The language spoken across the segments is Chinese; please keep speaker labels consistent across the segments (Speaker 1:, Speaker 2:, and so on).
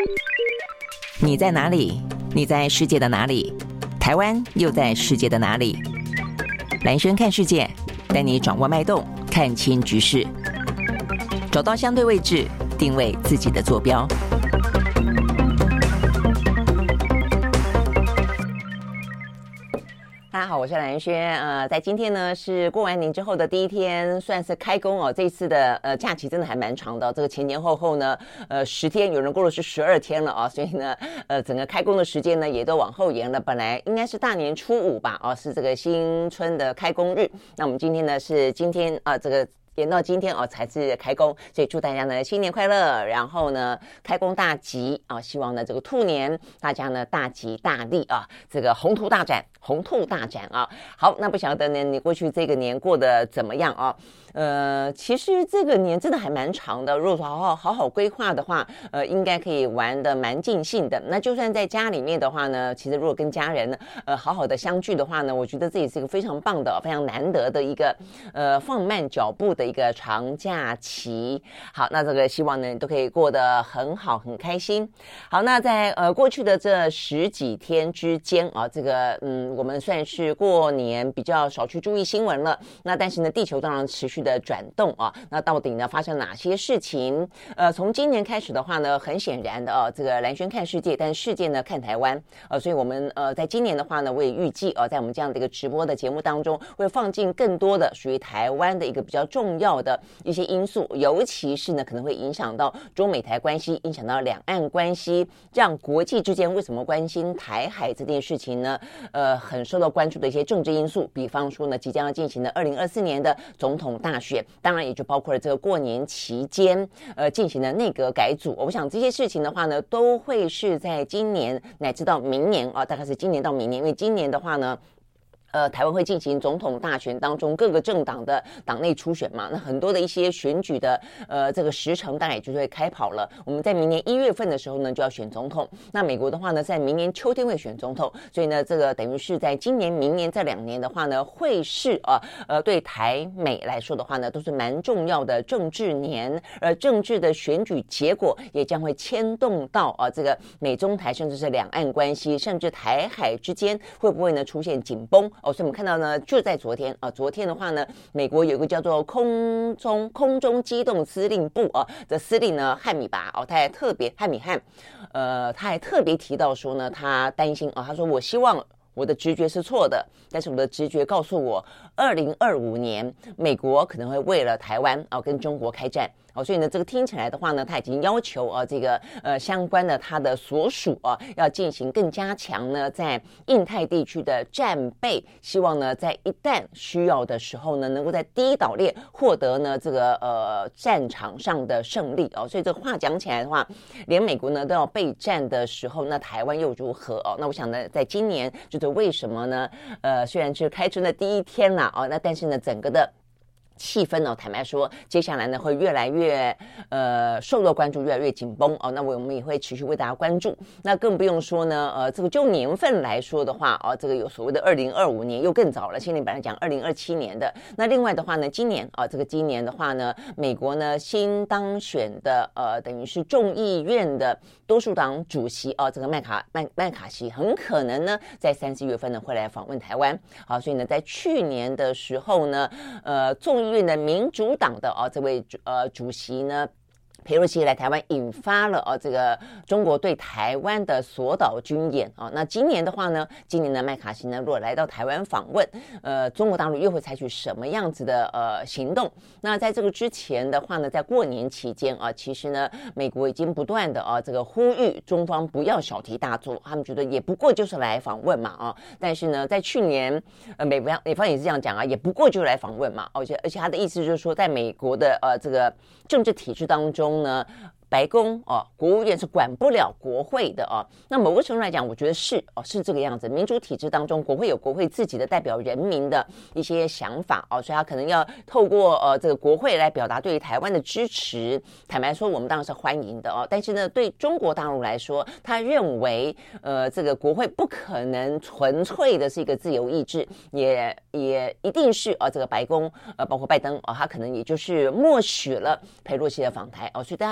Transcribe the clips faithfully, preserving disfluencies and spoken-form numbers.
Speaker 1: 你在哪里？你在世界的哪里？台湾又在世界的哪里？蓝轩看世界，带你掌握脉动，看清局势，找到相对位置，定位自己的坐标。大家好，我是蓝轩。呃，在今天呢是过完年之后的第一天，算是开工哦。这一次的呃假期真的还蛮长的、哦，这个前前后后呢，呃十天，有人过了是十二天了啊、哦，所以呢，呃整个开工的时间呢也都往后延了。本来应该是大年初五吧，哦，是这个新春的开工日。那我们今天呢是今天啊、呃、这个。延到今天哦才是开工，所以祝大家呢新年快乐，然后呢开工大吉啊！希望呢这个兔年大家呢大吉大利啊，这个宏图大展，宏图大展啊！好，那不晓得呢你过去这个年过得怎么样啊？呃，其实这个年真的还蛮长的，如果说好好好好规划的话，呃，应该可以玩得蛮尽兴的。那就算在家里面的话呢，其实如果跟家人呃好好的相聚的话呢，我觉得这也是一个非常棒的、非常难得的一个呃放慢脚步的一个长假期。好，那这个希望呢都可以过得很好，很开心。好，那在呃过去的这十几天之间啊，这个嗯，我们算是过年比较少去注意新闻了。那但是呢，地球当然持续的的转动啊，那到底呢发生哪些事情？呃，从今年开始的话呢，很显然的啊，这个蓝轩看世界，但世界呢看台湾，呃，所以我们呃在今年的话呢，我也预计啊，在我们这样的一个直播的节目当中，会放进更多的属于台湾的一个比较重要的一些因素，尤其是呢可能会影响到中美台关系，影响到两岸关系，让国际之间为什么关心台海这件事情呢？呃，很受到关注的一些政治因素，比方说呢，即将要进行的二零二四年的总统大选，当然也就包括了这个过年期间呃进行的内阁改组。我想这些事情的话呢，都会是在今年乃至到明年啊，大概是今年到明年，因为今年的话呢。呃，台湾会进行总统大选当中各个政党的党内初选嘛，那很多的一些选举的呃这个时程当然也就会开跑了。我们在明年一月份的时候呢就要选总统，那美国的话呢在明年秋天会选总统，所以呢这个等于是在今年明年这两年的话呢会是啊呃对台美来说的话呢都是蛮重要的政治年，而政治的选举结果也将会牵动到啊这个美中台甚至是两岸关系，甚至台海之间会不会呢出现紧绷。哦，所以我们看到呢，就在昨天啊，昨天的话呢，美国有一个叫做空中空中机动司令部啊的司令呢汉米拔哦，他还特别汉米汉，呃，他还特别提到说呢，他担心啊，他说我希望我的直觉是错的，但是我的直觉告诉我，二零二五年美国可能会为了台湾啊跟中国开战。哦，所以呢，这个听起来的话呢，他已经要求啊，这个呃相关的他的所属啊，要进行更加强呢，在印太地区的战备，希望呢，在一旦需要的时候呢，能够在第一岛链获得呢这个呃战场上的胜利哦。所以这个话讲起来的话，连美国呢都要备战的时候，那台湾又如何哦？那我想呢，在今年就是为什么呢？呃，虽然是开春的第一天啦，哦，那但是呢，整个的气氛呢、哦，坦白说，接下来呢会越来越呃受到关注，越来越紧绷哦。那我们也会持续为大家关注。那更不用说呢，呃，这个就年份来说的话，哦，这个有所谓的二零二五年又更早了。现在本来讲二零二七年的。那另外的话呢，今年啊、哦，这个今年的话呢，美国呢新当选的呃，等于是众议院的多数党主席哦，这个麦卡麦麦卡锡很可能呢在三四月份呢会来访问台湾。好，所以呢，在去年的时候呢，呃，众议院的民主党的啊这位呃主席呢。裴洛西来台湾，引发了啊这个中国对台湾的锁岛军演啊。那今年的话呢，今年的麦卡锡呢，如果来到台湾访问，呃，中国大陆又会采取什么样子的呃行动？那在这个之前的话呢，在过年期间啊，其实呢，美国已经不断的啊这个呼吁中方不要小题大做，他们觉得也不过就是来访问嘛啊。但是呢，在去年呃美方美方也是这样讲啊，也不过就是来访问嘛，而且而且他的意思就是说，在美国的呃这个政治体制当中呢。白宫哦，国务院是管不了国会的哦。那某个程度来讲，我觉得是哦，是这个样子。民主体制当中，国会有国会自己的代表人民的一些想法哦，所以他可能要透过呃这个国会来表达对于台湾的支持。坦白说，我们当然是欢迎的哦。但是呢，对中国大陆来说，他认为呃这个国会不可能纯粹的是一个自由意志，也也一定是呃这个白宫呃包括拜登哦，他可能也就是默许了裴洛西的访台哦，所以在他们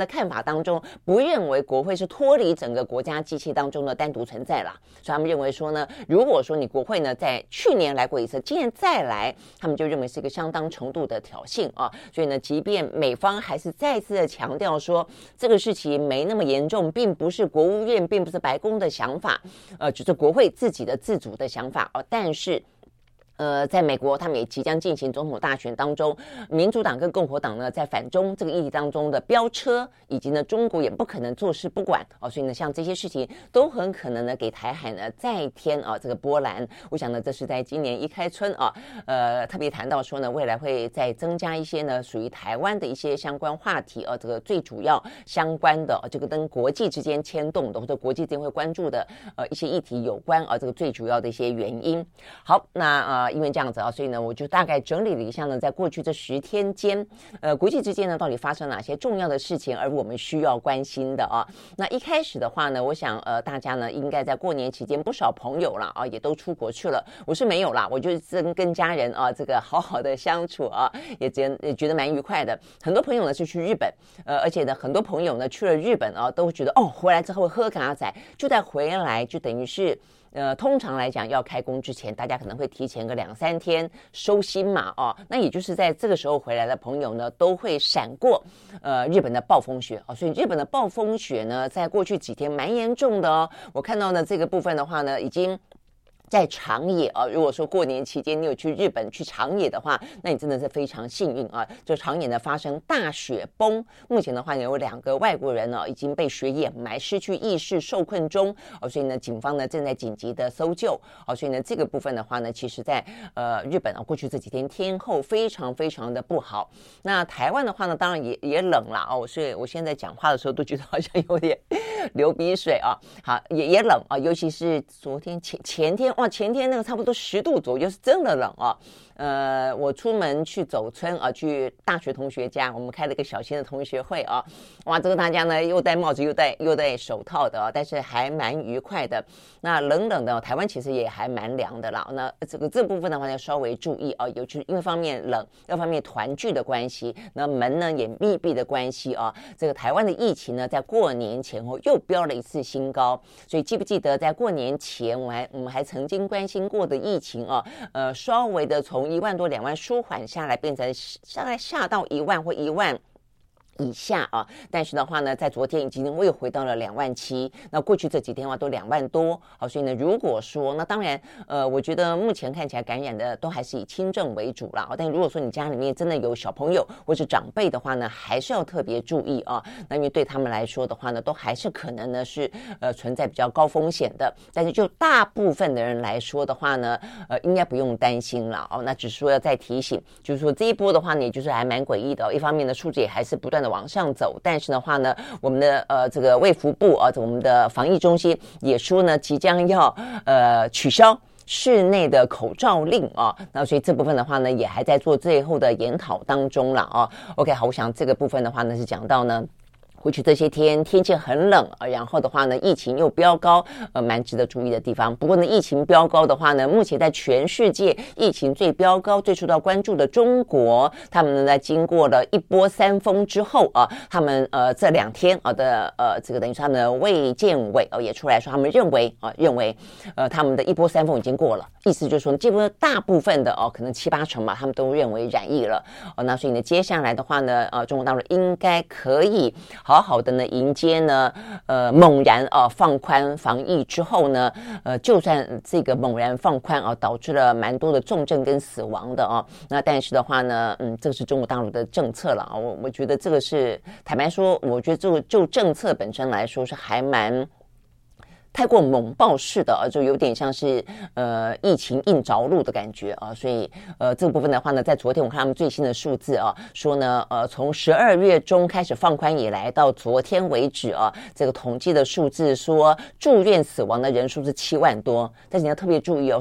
Speaker 1: 的看法当中，不认为国会是脱离整个国家机器当中的单独存在啦，所以他们认为说呢，如果说你国会呢在去年来过一次，今年再来，他们就认为是一个相当程度的挑衅啊。所以呢，即便美方还是再次的强调说这个事情没那么严重，并不是国务院，并不是白宫的想法，呃，就是国会自己的自主的想法哦，但是。呃，在美国，他们也即将进行总统大选当中，民主党跟共和党呢，在反中这个议题当中的飙车，以及呢，中国也不可能坐视不管哦，所以呢，像这些事情都很可能呢，给台海呢再添啊这个波澜。我想呢，这是在今年一开春啊，呃，特别谈到说呢，未来会再增加一些呢，属于台湾的一些相关话题啊，这个最主要相关的、啊、这个跟国际之间牵动的或者国际之间会关注的呃一些议题有关啊，这个最主要的一些原因。好，那呃。因为这样子啊，所以呢，我就大概整理了一下呢，在过去这十天间，呃，国际之间呢，到底发生哪些重要的事情，而我们需要关心的啊。那一开始的话呢，我想呃，大家呢，应该在过年期间，不少朋友啦啊，也都出国去了。我是没有啦，我就是跟家人啊，这个好好的相处啊，也觉也觉得蛮愉快的。很多朋友呢是去日本，呃，而且呢，很多朋友呢去了日本啊，都觉得哦，回来之后喝咖仔，就在回来，就等于是。呃，通常来讲，要开工之前，大家可能会提前个两三天收心嘛，哦，那也就是在这个时候回来的朋友呢，都会闪过呃日本的暴风雪哦，所以日本的暴风雪呢，在过去几天蛮严重的哦。我看到呢这个部分的话呢，已经。在长野啊，如果说过年期间你有去日本去长野的话，那你真的是非常幸运啊！就长野呢发生大雪崩，目前的话有两个外国人呢、啊、已经被雪掩埋，失去意识，受困中哦，所以呢，警方呢正在紧急的搜救哦，所以呢这个部分的话呢，其实在呃日本啊过去这几天天候非常非常的不好。那台湾的话呢，当然也也冷了哦，所以我现在讲话的时候都觉得好像有点流鼻水啊，好也也冷啊，尤其是昨天前前天。哇，前天那个差不多十度左右，是真的冷啊。呃，我出门去走村啊，去大学同学家，我们开了个小型的同学会啊。哇，这个大家呢又戴帽子又戴又戴手套的啊，但是还蛮愉快的。那冷冷的，台湾其实也还蛮凉的啦。那这个这部分的话要稍微注意啊，尤其因为方面冷，另一方面团聚的关系，那门呢也密闭的关系啊。这个台湾的疫情呢，在过年前后又飙了一次新高，所以记不记得在过年前，我还我们还曾经关心过的疫情啊，呃，稍微的从一万多两万舒缓下来，变成大概下到一万或一万以下啊，但是的话呢，在昨天已经又回到了两万七，那过去这几天的话都两万多，好，所以呢，如果说那当然，呃，我觉得目前看起来感染的都还是以轻症为主啦，但如果说你家里面真的有小朋友或是长辈的话呢，还是要特别注意啊，那因为对他们来说的话呢，都还是可能呢是呃存在比较高风险的，但是就大部分的人来说的话呢，呃，应该不用担心了哦，那只是说要再提醒，就是说这一波的话呢，也就是还蛮诡异的、哦，一方面的数字也还是不断的往上走，但是的话呢，我们的呃这个卫福部啊，我们的防疫中心也说呢，即将要呃取消室内的口罩令啊，那所以这部分的话呢，也还在做最后的研讨当中了啊。OK， 好，我想这个部分的话呢，是讲到呢。过去这些天天气很冷，然后的话呢，疫情又飙高，呃，蛮值得注意的地方。不过呢，疫情飙高的话呢，目前在全世界疫情最飙高、最受到关注的中国，他们呢在经过了一波三峰之后啊，他们呃这两天啊的呃这个等于说他们的卫健委哦也出来说，他们认为啊认为呃他们的一波三峰已经过了，意思就是说，基本上大部分的哦可能七八成吧，他们都认为染疫了哦，那所以呢，接下来的话呢，呃，中国大陆应该可以。好好的呢，迎接呢，呃，猛然啊放宽防疫之后呢，呃，就算这个猛然放宽啊，导致了蛮多的重症跟死亡的啊，那但是的话呢，嗯，这个是中国大陆的政策了啊，我我觉得这个是坦白说，我觉得这个就政策本身来说是还蛮。太过猛爆式的啊，就有点像是呃疫情硬着陆的感觉啊，所以呃这个部分的话呢，在昨天我看他们最新的数字啊，说呢呃从十二月中开始放宽以来，到昨天为止啊，这个统计的数字说住院死亡的人数是七万多，但是你要特别注意哦，是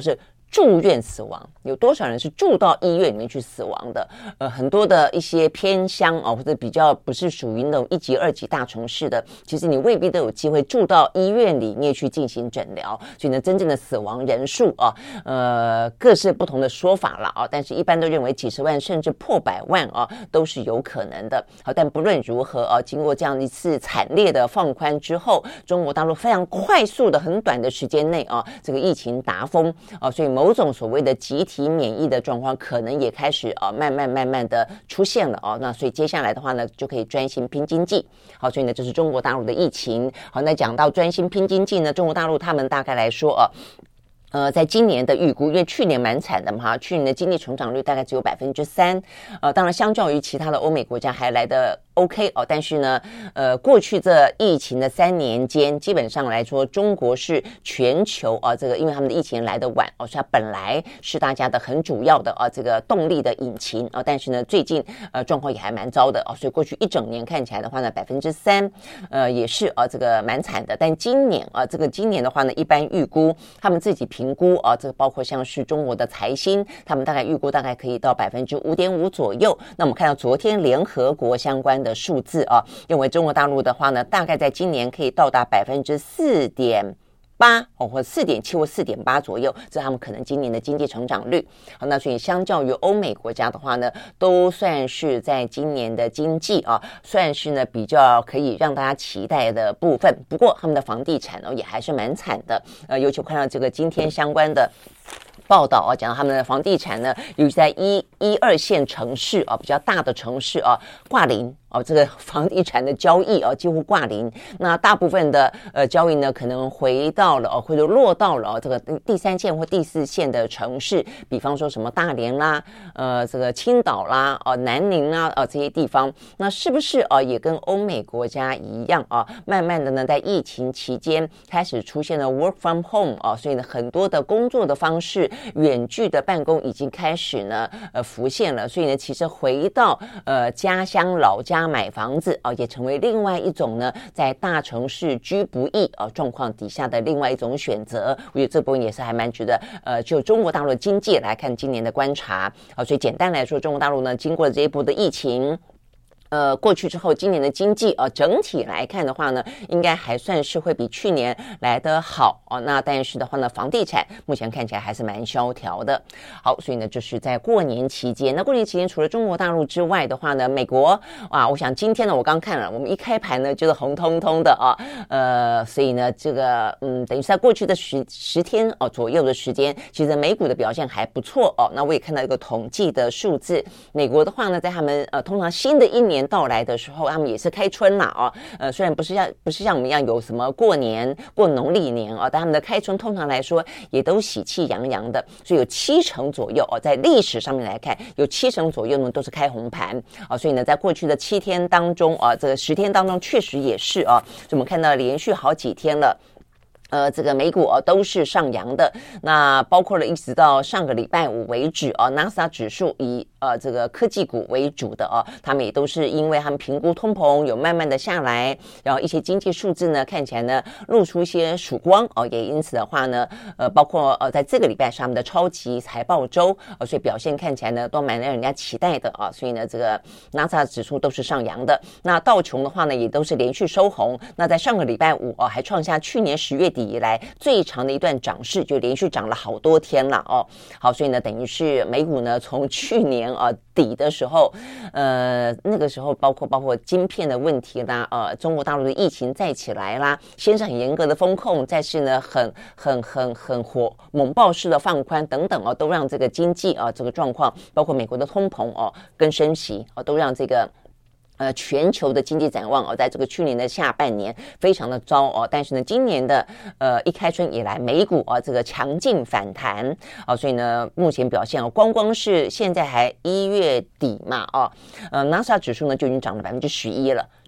Speaker 1: 住院死亡，有多少人是住到医院里面去死亡的？呃，很多的一些偏乡啊、哦，或者比较不是属于那种一级、二级大城市的，其实你未必都有机会住到医院里面去进行诊疗。所以呢，真正的死亡人数啊，呃，各式不同的说法了啊，但是一般都认为几十万甚至破百万啊，都是有可能的。好，但不论如何啊，经过这样一次惨烈的放宽之后，中国大陆非常快速的、很短的时间内啊，这个疫情达峰啊，所以某种所谓的集体免疫的状况可能也开始啊，慢慢慢慢的出现了啊。那所以接下来的话呢，就可以专心拼经济。好，所以呢，这是中国大陆的疫情。好，那讲到专心拼经济呢，中国大陆他们大概来说啊。呃，在今年的预估，因为去年蛮惨的嘛，去年的经济成长率大概只有百分之三，呃，当然相较于其他的欧美国家还来得 OK 哦，但是呢，呃，过去这疫情的三年间，基本上来说，中国是全球啊、呃，这个因为他们的疫情来得晚哦，所以它本来是大家的很主要的啊、呃、这个动力的引擎啊、呃，但是呢，最近呃状况也还蛮糟的哦，所以过去一整年看起来的话呢，百分之三，呃，也是啊、呃、这个蛮惨的，但今年啊、呃，这个今年的话呢，一般预估他们自己评估啊，这个包括像是中国的财新，他们大概预估大概可以到百分之五点五左右。那我们看到昨天联合国相关的数字啊，认为中国大陆的话呢，大概在今年可以到达百分之四点八哦，或四点七或四点八左右，这是他们可能今年的经济成长率。好，那所以相较于欧美国家的话呢，都算是在今年的经济啊，算是呢比较可以让大家期待的部分。不过他们的房地产哦也还是蛮惨的，呃，尤其我看到这个今天相关的报道啊，讲到他们的房地产呢，尤其在一一二线城市啊，比较大的城市啊，挂零。哦，这个房地产的交易啊，几乎挂零。那大部分的呃交易呢，可能回到了哦，或者落到了、哦、这个第三线或第四线的城市，比方说什么大连啦，呃，这个青岛啦，哦、呃，南宁啦，呃，这些地方。那是不是啊、呃，也跟欧美国家一样啊？慢慢的呢，在疫情期间开始出现了 work from home 啊，所以呢，很多的工作的方式，远距的办公已经开始呢，呃，浮现了。所以呢，其实回到呃家乡老家。买房子啊、呃，也成为另外一种呢，在大城市居不易啊、呃、状况底下的另外一种选择。我觉得这部分也是还蛮值得呃，就中国大陆的经济来看今年的观察啊、呃。所以简单来说，中国大陆呢，经过了这一波的疫情。呃，过去之后，今年的经济呃整体来看的话呢，应该还算是会比去年来得好哦。那但是的话呢，房地产目前看起来还是蛮萧条的。好，所以呢，就是在过年期间，那过年期间除了中国大陆之外的话呢，美国啊，我想今天呢，我刚看了，我们一开盘呢就是红彤彤的啊，呃，所以呢，这个嗯，等于是在过去的十十天哦左右的时间，其实美股的表现还不错哦。那我也看到一个统计的数字，美国的话呢，在他们呃通常新的一年到来的时候，他们也是开春啦啊、哦，呃，虽然不是像不是像我们一样有什么过年过农历年啊、哦，但他们的开春通常来说也都喜气洋洋的，所以有七成左右哦，在历史上面来看，有七成左右呢都是开红盘啊、哦，所以呢，在过去的七天当中啊，这个十天当中确实也是啊，所以我们看到连续好几天了。呃，这个美股啊都是上扬的，那包括了一直到上个礼拜五为止啊 ，NASA 指数以呃这个科技股为主的啊，他们也都是因为他们评估通膨有慢慢的下来，然后一些经济数字呢看起来呢露出一些曙光哦、啊，也因此的话呢，呃，包括呃在这个礼拜是他们的超级财报周啊，所以表现看起来呢都蛮让人家期待的啊，所以呢这个 NASA 指数都是上扬的，那道琼的话呢也都是连续收红，那在上个礼拜五啊还创下去年十月底以来最长的一段涨势，就连续涨了好多天了哦。好，所以呢，等于是美股呢，从去年啊底的时候，呃，那个时候包括包括晶片的问题啦，呃，中国大陆的疫情再起来啦，先是很严格的风控，再是呢很很很很火猛爆式的放宽等等哦，都让这个经济啊这个状况，包括美国的通膨哦跟升息哦，都让这个。呃，全球的经济展望哦，在这个去年的下半年非常的糟哦，但是呢，今年的呃一开春以来，美股啊这个强劲反弹哦，所以呢，目前表现哦，光光是现在还一月底嘛哦，呃 ，NASA 指数呢就已经涨了百分之十一了。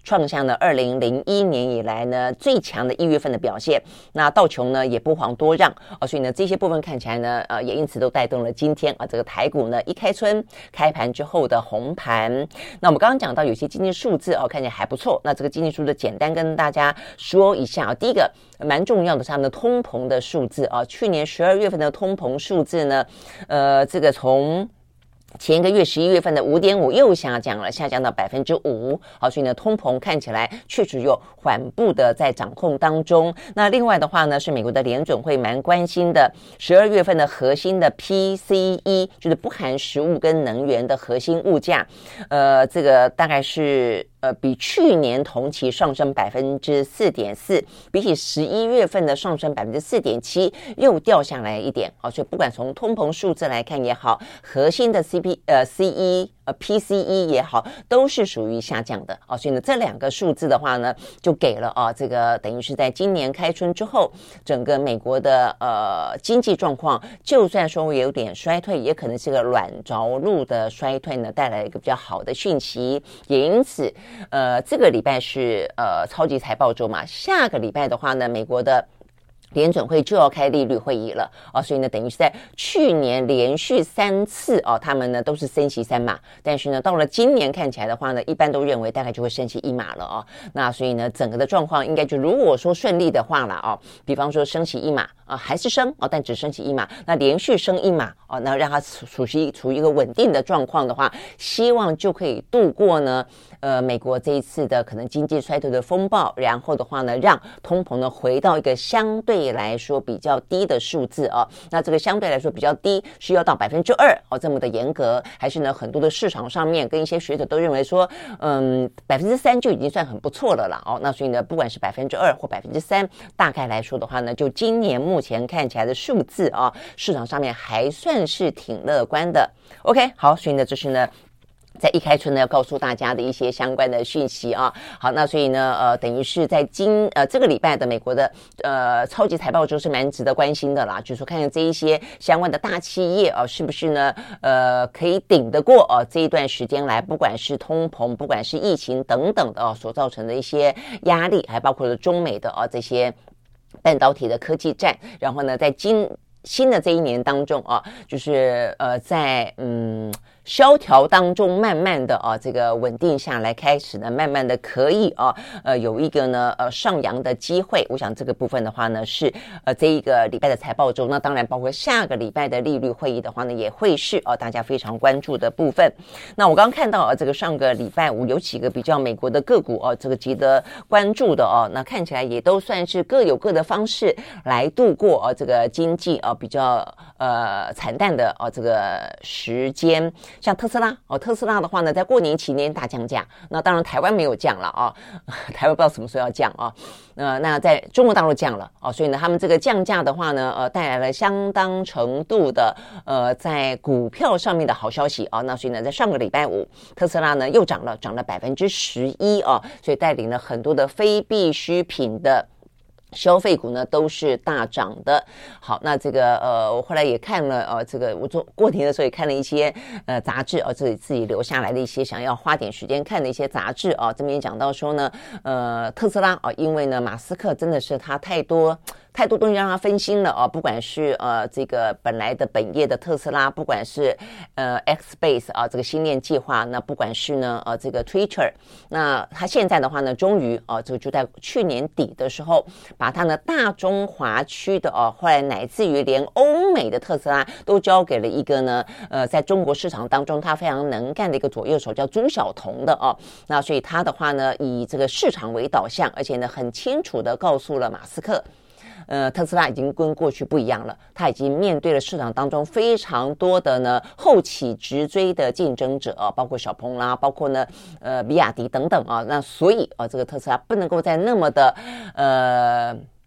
Speaker 1: 创下了二零零一年以来呢最强的一月份的表现。那道琼呢也不遑多让哦，所以呢这些部分看起来呢，呃，也因此都带动了今天啊这个台股呢一开春开盘之后的红盘。那我们刚刚讲到有些经济数字哦，看起来还不错。那这个经济数字简单跟大家说一下啊，第一个蛮重要的是他们的通膨的数字啊，去年十二月份的通膨数字呢，呃，这个从前一个月十一月份的 五点五 又下降了，下降到 百分之五。 好，所以呢通膨看起来确实有缓步的在掌控当中。那另外的话呢，是美国的联准会蛮关心的十二月份的核心的 P C E， 就是不含食物跟能源的核心物价，呃，这个大概是呃，比去年同期上升 百分之四点四， 比起十一月份的上升 百分之四点七 又掉下来一点。哦，所以不管从通膨数字来看也好，核心的 C P 呃 C E 呃 P C E 也好，都是属于下降的。哦，所以呢这两个数字的话呢，就给了啊这个等于是在今年开春之后，整个美国的呃经济状况，就算说有点衰退，也可能是个软着陆的衰退呢，带来一个比较好的讯息。也因此呃，这个礼拜是呃超级财报周嘛，下个礼拜的话呢，美国的联准会就要开利率会议了啊，所以呢，等于是在去年连续三次哦，他们呢都是升息三码，但是呢，到了今年看起来的话呢，一般都认为大概就会升息一码了哦。那所以呢，整个的状况应该就如果说顺利的话了哦，比方说升息一码啊，还是升哦，但只升息一码，那连续升一码哦，那让它处于处于一个稳定的状况的话，希望就可以度过呢。呃，美国这一次的可能经济衰退的风暴，然后的话呢，让通膨呢回到一个相对来说比较低的数字啊。那这个相对来说比较低，是要到百分之二哦这么的严格，还是呢很多的市场上面跟一些学者都认为说，嗯，百分之三就已经算很不错了啦哦。那所以呢，不管是百分之二或百分之三，大概来说的话呢，就今年目前看起来的数字啊，市场上面还算是挺乐观的。OK， 好，所以呢，这是呢。在一开春呢，要告诉大家的一些相关的讯息啊。好，那所以呢，呃，等于是在今呃这个礼拜的美国的呃超级财报周是蛮值得关心的啦。就是说，看看这一些相关的大企业啊、呃，是不是呢，呃，可以顶得过哦、呃、这一段时间来，不管是通膨，不管是疫情等等的哦、呃、所造成的一些压力，还包括了中美的哦、呃、这些半导体的科技战，然后呢，在今新的这一年当中啊，就是呃在嗯。萧条当中慢慢的啊这个稳定下来，开始呢慢慢的可以啊呃有一个呢呃上扬的机会。我想这个部分的话呢是呃这一个礼拜的财报周，那当然包括下个礼拜的利率会议的话呢也会是啊大家非常关注的部分。那我刚刚看到啊这个上个礼拜五有几个比较美国的个股哦、啊、这个值得关注的哦、啊、那看起来也都算是各有各的方式来度过啊这个经济啊比较呃惨淡的啊这个时间。像特斯拉哦，特斯拉的话呢，在过年期间大降价，那当然台湾没有降了啊，台湾不知道什么时候要降啊，呃，那在中国大陆降了哦，所以呢，他们这个降价的话呢，呃，带来了相当程度的呃，在股票上面的好消息啊，那所以呢，在上个礼拜五，特斯拉呢又涨了，涨了百分之十一啊，所以带领了很多的非必需品的消费股呢都是大涨的。好，那这个呃，我后来也看了呃，这个我做过年的时候也看了一些呃杂志啊，自己自己留下来的一些想要花点时间看的一些杂志啊，这边讲到说呢，呃，特斯拉啊，因为呢马斯克真的是他太多。太多东西让他分心了啊！不管是呃这个本来的本业的特斯拉，不管是呃 Xbase 啊这个星链计划，那不管是呢呃这个 Twitter， 那他现在的话呢，终于啊这个就在去年底的时候，把他呢大中华区的哦、啊，后来乃至于连欧美的特斯拉都交给了一个呢呃在中国市场当中他非常能干的一个左右手叫朱晓彤的哦、啊。那所以他的话呢，以这个市场为导向，而且呢很清楚的告诉了马斯克。呃，特斯拉已经跟过去不一样了，它已经面对了市场当中非常多的呢后起直追的竞争者啊，包括小鹏啦，包括呢呃比亚迪等等啊，那所以啊，这个特斯拉不能够再那么的呃。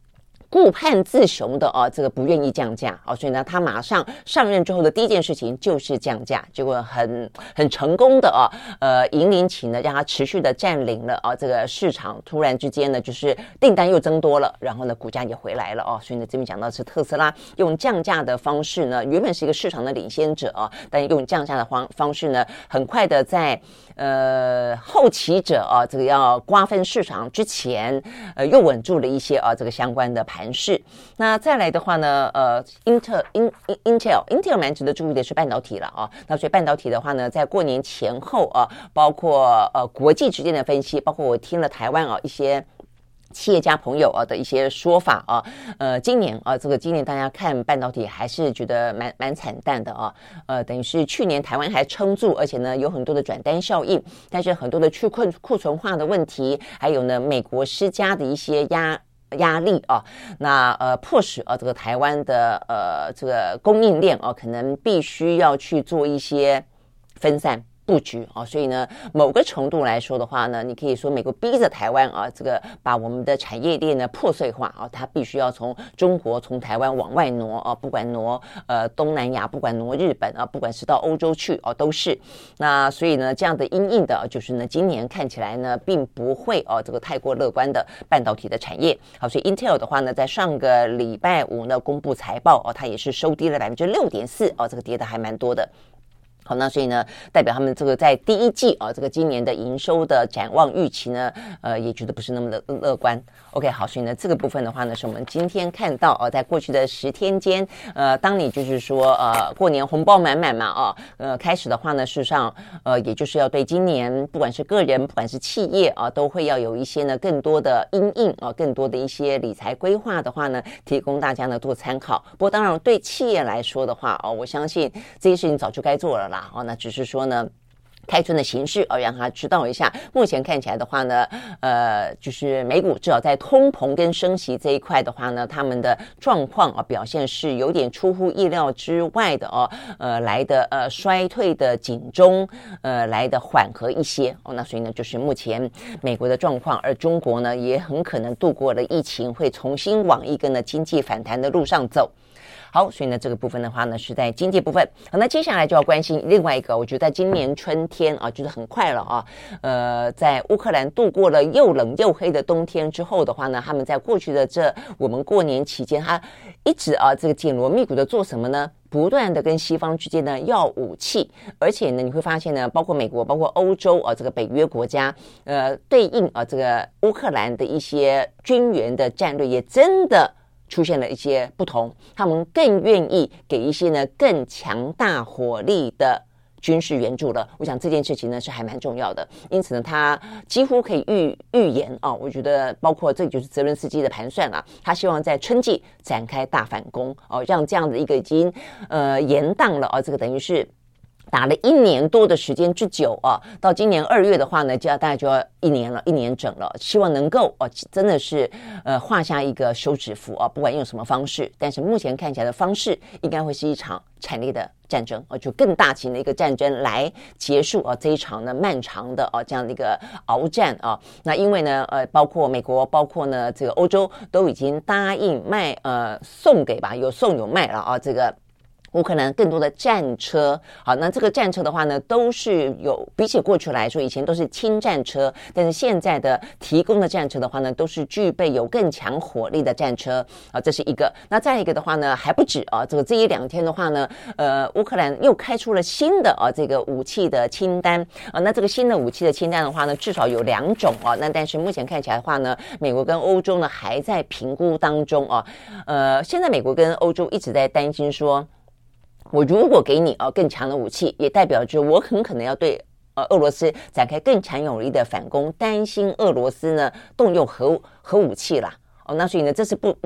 Speaker 1: 顾盼自雄的哦，这个不愿意降价哦，所以呢，他马上上任之后的第一件事情就是降价，结果很很成功的哦，呃，引领起呢，让他持续的占领了啊、哦、这个市场，突然之间呢，就是订单又增多了，然后呢，股价也回来了哦，所以呢，这边讲到是特斯拉用降价的方式呢，原本是一个市场的领先者啊、哦，但用降价的方方式呢，很快的在呃后起者啊、哦，这个要瓜分市场之前，呃，又稳住了一些啊、哦、这个相关的盘势。那再来的话呢，呃 Intel In, Intel Intel 蛮值得注意的是半导体了啊。那所以半导体的话呢，在过年前后啊，包括呃国际之间的分析，包括我听了台湾啊一些企业家朋友啊的一些说法啊，呃，今年啊，这个今年大家看半导体还是觉得蛮蛮惨淡的啊，呃，等于是去年台湾还撑住，而且呢有很多的转单效应，但是很多的去库库存化的问题，还有呢美国施加的一些压。压力啊，那呃迫使啊这个台湾的呃这个供应链啊，可能必须要去做一些分散布局啊，所以呢，某个程度来说的话呢，你可以说美国逼着台湾啊，这个把我们的产业链呢破碎化啊，它必须要从中国、从台湾往外挪啊，不管挪呃东南亚，不管挪日本啊，不管是到欧洲去啊，都是。那所以呢，这样的因应的，就是呢，今年看起来呢，并不会哦、啊，这个太过乐观的半导体的产业。好，所以 Intel 的话呢，在上个礼拜五呢公布财报哦、啊，它也是收低了百分之六点四哦，这个跌的还蛮多的。好，那所以呢，代表他们这个在第一季啊，这个今年的营收的展望预期呢，呃，也觉得不是那么的乐观。OK， 好，所以呢，这个部分的话呢，是我们今天看到哦、啊，在过去的十天间，呃，当你就是说呃过年红包满满嘛，啊，呃，开始的话呢，事实上，呃，也就是要对今年不管是个人，不管是企业啊，都会要有一些呢更多的因应啊，更多的一些理财规划的话呢，提供大家呢做参考。不过当然，对企业来说的话，哦、啊，我相信这些事情早就该做了啦。哦，那只是说呢，开春的形势哦，让他知道一下。目前看起来的话呢，呃，就是美股至少在通膨跟升息这一块的话呢，他们的状况啊表现是有点出乎意料之外的哦，呃，来的呃衰退的警钟，呃，来的缓和一些哦。那所以呢，就是目前美国的状况，而中国呢也很可能度过了疫情，会重新往一个呢经济反弹的路上走。好，所以呢，这个部分的话呢，是在经济部分。好，那接下来就要关心另外一个，我觉得在今年春天啊，就是很快了啊。呃，在乌克兰度过了又冷又黑的冬天之后的话呢，他们在过去的这我们过年期间，他一直啊这个紧锣密鼓的做什么呢？不断的跟西方之间呢要武器，而且呢，你会发现呢，包括美国，包括欧洲啊，这个北约国家，呃，对应啊这个乌克兰的一些军援的战略，也真的出现了一些不同，他们更愿意给一些呢更强大火力的军事援助了。我想这件事情呢是还蛮重要的，因此呢，他几乎可以预预言啊，我觉得包括这就是泽伦斯基的盘算啊，他希望在春季展开大反攻哦、啊，让这样的一个已经呃延宕了啊，这个等于是打了一年多的时间之久啊，到今年二月的话呢，就要大概就要一年了，一年整了。希望能够哦，真的是呃画下一个休止符啊，不管用什么方式，但是目前看起来的方式应该会是一场惨烈的战争啊，就更大型的一个战争来结束啊这一场呢漫长的啊这样的一个鏖战啊。那因为呢呃，包括美国，包括呢这个欧洲都已经答应卖呃送给吧，有送有卖了啊这个。乌克兰更多的战车，好，那这个战车的话呢，都是有比起过去来说，以前都是轻战车，但是现在的提供的战车的话呢，都是具备有更强火力的战车啊，这是一个。那再一个的话呢，还不止啊，这个这一两天的话呢，呃，乌克兰又开出了新的啊这个武器的清单啊，那这个新的武器的清单的话呢，至少有两种啊，那但是目前看起来的话呢，美国跟欧洲呢还在评估当中啊，呃，现在美国跟欧洲一直在担心说，我如果给你呃更强的武器，也代表着我很可能要对呃俄罗斯展开更强有力的反攻，担心俄罗斯呢动用核核武器啦。哦，那所以呢，这是不嗯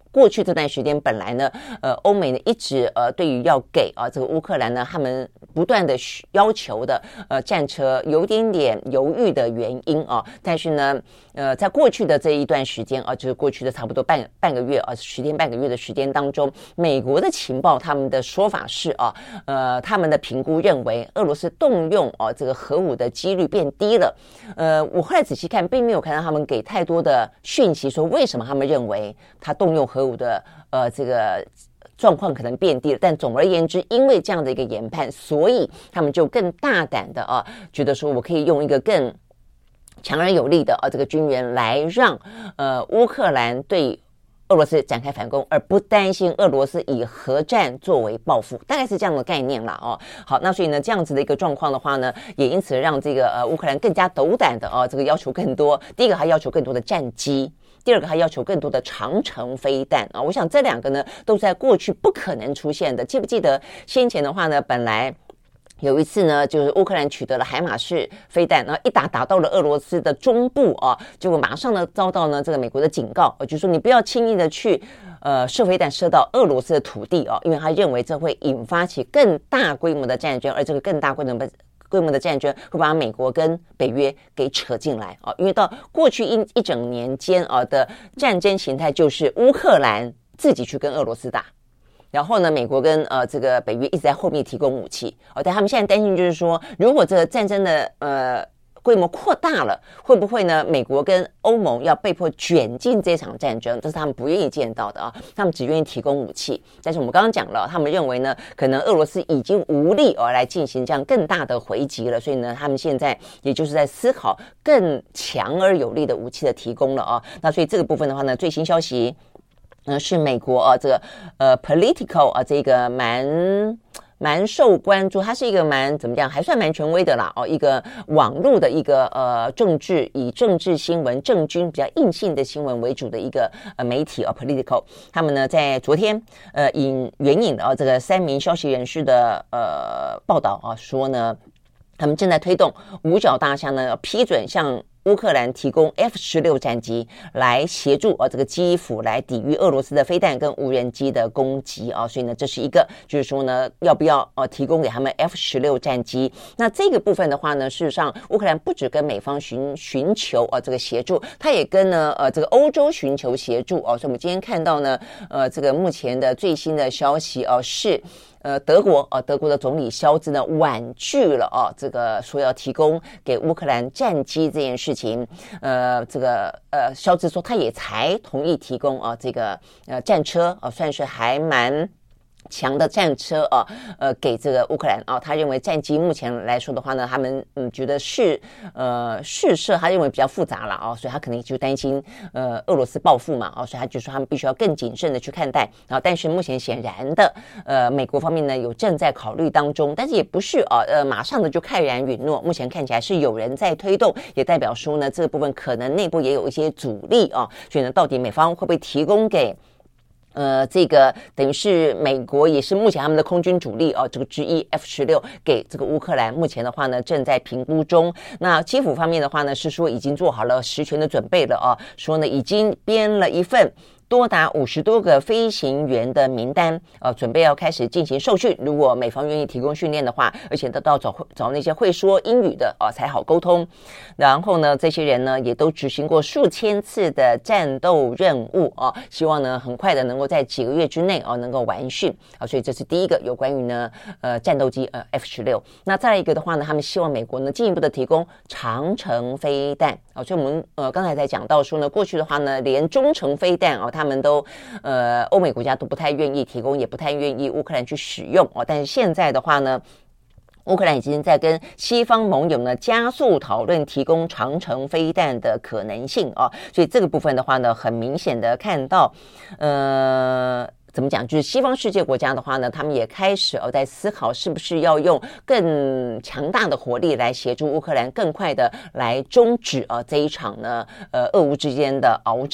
Speaker 1: 过去这段时间本来呢，呃，欧美呢一直呃对于要给啊这个乌克兰呢，他们不断的要求的呃战车有点点犹豫的原因啊，但是呢，呃，在过去的这一段时间啊，就是过去的差不多半半个月啊，十天半个月的时间当中，美国的情报他们的说法是啊，呃，他们的评估认为俄罗斯动用啊这个核武的几率变低了。呃，我后来仔细看，并没有看到他们给太多的讯息，说为什么他们认为他动用核武的呃这个状况可能变低了。但总而言之，因为这样的一个研判，所以他们就更大胆的啊，觉得说我可以用一个更强而有力的啊这个军援来让呃乌克兰对俄罗斯展开反攻，而不担心俄罗斯以核战作为报复，大概是这样的概念啦哦。好，那所以呢，这样子的一个状况的话呢，也因此让这个呃乌克兰更加斗胆的哦，这个要求更多。第一个，他要求更多的战机。第二个，他要求更多的长程飞弹啊，我想这两个呢，都在过去不可能出现的。记不记得先前的话呢，本来有一次呢，就是乌克兰取得了海马式飞弹，然后一打打到了俄罗斯的中部啊，结果马上呢遭到呢这个美国的警告，就是说你不要轻易的去呃射飞弹射到俄罗斯的土地啊，因为他认为这会引发起更大规模的战争，而这个更大规模的规模的战争会把美国跟北约给扯进来啊，因为到过去一一整年间啊的战争形态就是乌克兰自己去跟俄罗斯打。然后呢，美国跟呃这个北约一直在后面提供武器哦，但他们现在担心就是说，如果这个战争的呃规模扩大了，会不会呢？美国跟欧盟要被迫卷进这场战争，这是他们不愿意见到的啊。他们只愿意提供武器，但是我们刚刚讲了，他们认为呢，可能俄罗斯已经无力而来进行这样更大的回击了，所以呢，他们现在也就是在思考更强而有力的武器的提供了啊。那所以这个部分的话呢，最新消息。呃，是美国啊，这个呃 Politico 啊，这个蛮蛮受关注，它是一个蛮怎么讲，还算蛮权威的啦哦，一个网络的一个呃政治以政治新闻、政军比较硬性的新闻为主的一个呃媒体啊 Politico， 他们呢在昨天呃引援引的啊这个三名消息人士的呃报道啊说呢，他们正在推动五角大厦呢批准向乌克兰提供 F 十六 战机来协助啊这个基辅来抵御俄罗斯的飞弹跟无人机的攻击啊，所以呢这是一个就是说呢要不要呃提供给他们 F 十六 战机。那这个部分的话呢，事实上乌克兰不只跟美方寻寻求啊这个协助，他也跟呢呃这个欧洲寻求协助啊，所以我们今天看到呢呃这个目前的最新的消息啊是。呃，德国啊，德国的总理肖兹呢婉拒了啊，这个说要提供给乌克兰战机这件事情。呃，这个呃，肖兹说他也才同意提供啊，这个呃战车啊，算是还蛮强的战车啊，呃，给这个乌克兰啊，他认为战机目前来说的话呢，他们嗯觉得是呃试射，他认为比较复杂了啊，所以他可能就担心呃俄罗斯报复嘛啊，所以他就说他们必须要更谨慎的去看待啊。但是目前显然的，呃，美国方面呢有正在考虑当中，但是也不是啊呃马上的就慨然允诺，目前看起来是有人在推动，也代表说呢这个部分可能内部也有一些阻力啊，所以呢到底美方会不会提供给？呃，这个等于是美国也是目前他们的空军主力哦，这个之一 F 十六 给这个乌克兰，目前的话呢正在评估中。那基辅方面的话呢是说已经做好了实权的准备了啊，说呢已经编了一份。多达五十多个飞行员的名单，呃，准备要开始进行受训。如果美方愿意提供训练的话，而且都到找找那些会说英语的啊、呃，才好沟通。然后呢，这些人呢也都执行过数千次的战斗任务啊，希望呢很快的能够在几个月之内啊能够完训啊。所以这是第一个有关于呢呃战斗机呃 F 十六。那再来一个的话呢，他们希望美国呢进一步的提供长程飞弹啊。所以我们呃刚才在讲到说呢，过去的话呢，连中程飞弹啊。他们都呃，欧美国家都不太愿意提供，也不太愿意乌克兰去使用哦。但是现在的话呢，乌克兰已经在跟西方盟友呢加速讨论提供长程飞弹的可能性哦。所以这个部分的话呢，很明显的看到，呃。怎么讲？就是西方世界国家的话呢，他们也开始哦在思考，是不是要用更强大的火力来协助乌克兰更快的来终止啊这一场呢呃俄乌之间的鏖战。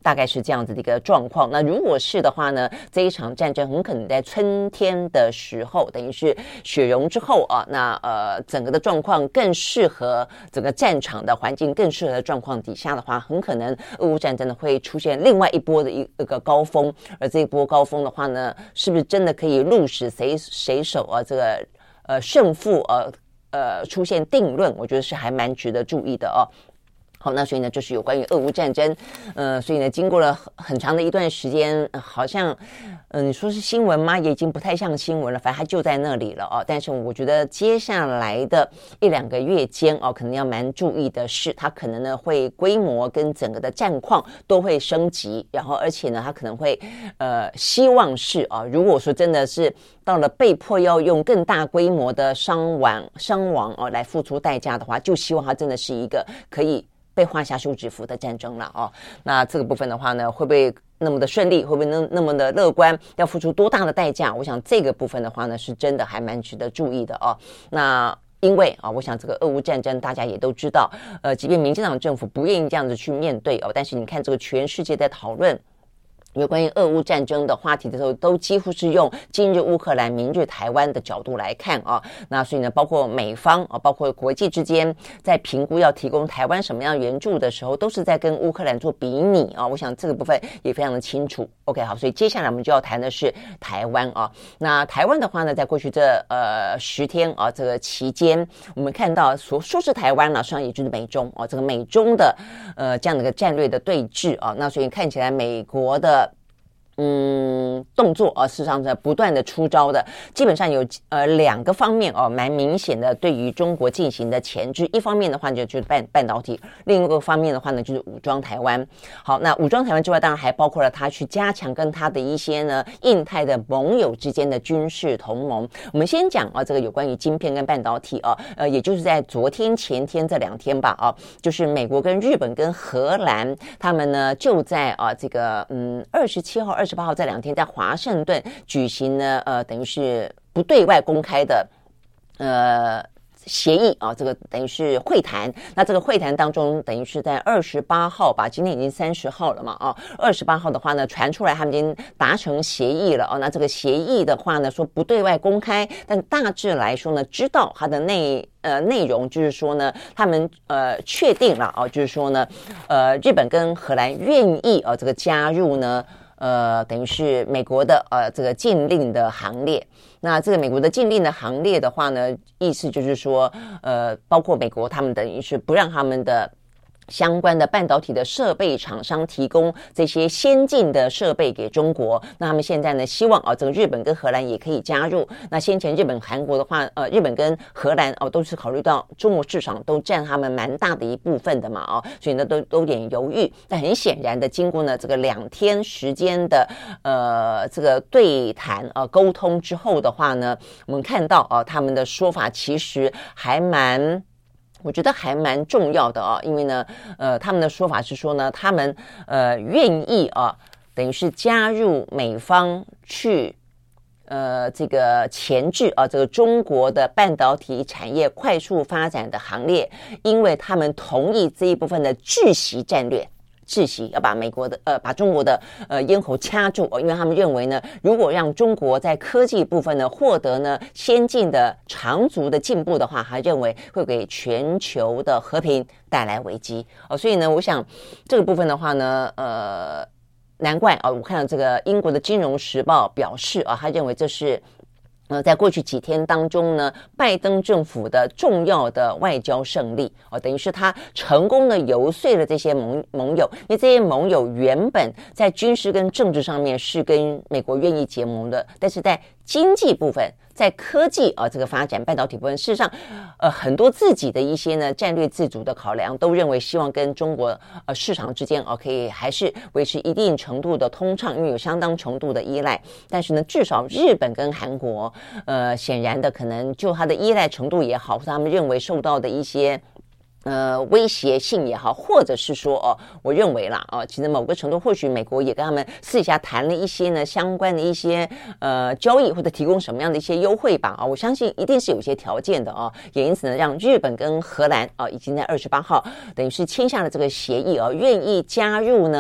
Speaker 1: 大概是这样子的一个状况。那如果是的话呢，这一场战争很可能在春天的时候，等于是雪融之后啊，那呃整个的状况更适合整个战场的环境更适合的状况底下的话，很可能俄乌战争呢会出现另外一波的一个高峰。而这一波高峰的话呢，是不是真的可以鹿死谁谁手啊？这个呃胜负呃呃出现定论，我觉得是还蛮值得注意的哦。好，那所以呢，这是有关于俄乌战争，呃，所以呢，经过了很长的一段时间，呃、好像，嗯、呃，你说是新闻吗？也已经不太像新闻了，反正它就在那里了哦。但是我觉得接下来的一两个月间哦，可能要蛮注意的是，它可能呢会规模跟整个的战况都会升级，然后而且呢，它可能会呃，希望是啊，如果说真的是到了被迫要用更大规模的伤亡伤亡哦来付出代价的话，就希望它真的是一个可以被画下休止符的战争了哦。那这个部分的话呢，会不会那么的顺利，会不会那那么的乐观，要付出多大的代价？我想这个部分的话呢，是真的还蛮值得注意的哦。那因为啊，我想这个俄乌战争大家也都知道，呃，即便民进党政府不愿意这样子去面对哦，但是你看这个全世界在讨论有关于俄乌战争的话题的时候，都几乎是用今日乌克兰明日台湾的角度来看啊。那所以呢，包括美方啊，包括国际之间在评估要提供台湾什么样援助的时候，都是在跟乌克兰做比拟啊。我想这个部分也非常的清楚。OK， 好，所以接下来我们就要谈的是台湾啊。那台湾的话呢，在过去这呃十天啊这个期间，我们看到说说是台湾了，实际上也就是美中啊这个美中的呃这样的一个战略的对峙啊。那所以看起来美国的嗯，动作啊，事实上是不断的出招的，基本上有呃两个方面哦，蛮明显的对于中国进行的钳制。一方面的话就就是半半导体，另一个方面的话呢就是武装台湾。好，那武装台湾之外，当然还包括了他去加强跟他的一些呢印太的盟友之间的军事同盟。我们先讲啊，这个有关于晶片跟半导体啊，呃，也就是在昨天前天这两天吧啊，就是美国跟日本跟荷兰他们呢就在啊这个嗯二十七号二。二十八号这两天在华盛顿举行呢，呃，等于是不对外公开的，呃。协议啊，这个等于是会谈。那这个会谈当中，等于是在二十八号吧，今天已经三十号了嘛啊。二十八号的话呢，传出来他们已经达成协议了哦。那这个协议的话呢，说不对外公开，但大致来说呢，知道它的内呃内容，就是说呢，他们呃确定了啊，就是说呢，呃，日本跟荷兰愿意啊这个加入呢。呃，等于是美国的呃这个禁令的行列。那这个美国的禁令的行列的话呢，意思就是说，呃，包括美国他们等于是不让他们的相关的半导体的设备厂商提供这些先进的设备给中国。那他们现在呢，希望啊，这个日本跟荷兰也可以加入。那先前日本、韩国的话，呃，日本跟荷兰哦，都是考虑到中国市场都占他们蛮大的一部分的嘛，哦，所以呢，都都有点犹豫。但很显然的，经过呢这个两天时间的呃这个对谈呃沟通之后的话呢，我们看到啊，他们的说法其实还蛮。我觉得还蛮重要的啊，因为呢，呃，他们的说法是说呢，他们呃愿意啊，等于是加入美方去呃这个钳制啊这个中国的半导体产业快速发展的行列，因为他们同意这一部分的窒息战略。窒息要把美国的呃把中国的呃咽喉掐住哦，因为他们认为呢，如果让中国在科技部分呢获得呢先进的长足的进步的话，他认为会给全球的和平带来危机哦，所以呢，我想这个部分的话呢，呃，难怪啊、哦，我看到这个英国的《金融时报》表示啊，他认为这是。呃，在过去几天当中呢，拜登政府的重要的外交胜利哦，等于是他成功的游说了这些盟盟友，因为这些盟友原本在军事跟政治上面是跟美国愿意结盟的，但是在经济部分，在科技啊这个发展半导体部分，事实上，呃，很多自己的一些呢战略自主的考量，都认为希望跟中国呃市场之间哦可以还是维持一定程度的通畅，因为有相当程度的依赖。但是呢，至少日本跟韩国，呃，显然的可能就它的依赖程度也好，或者他们认为受到的一些。呃，威胁性也好，或者是说哦，我认为啦，哦，其实某个程度，或许美国也跟他们私底下谈了一些呢相关的一些呃交易，或者提供什么样的一些优惠吧，啊、哦，我相信一定是有一些条件的哦，也因此呢，让日本跟荷兰啊、哦，已经在二十八号等于是签下了这个协议啊、哦，愿意加入呢。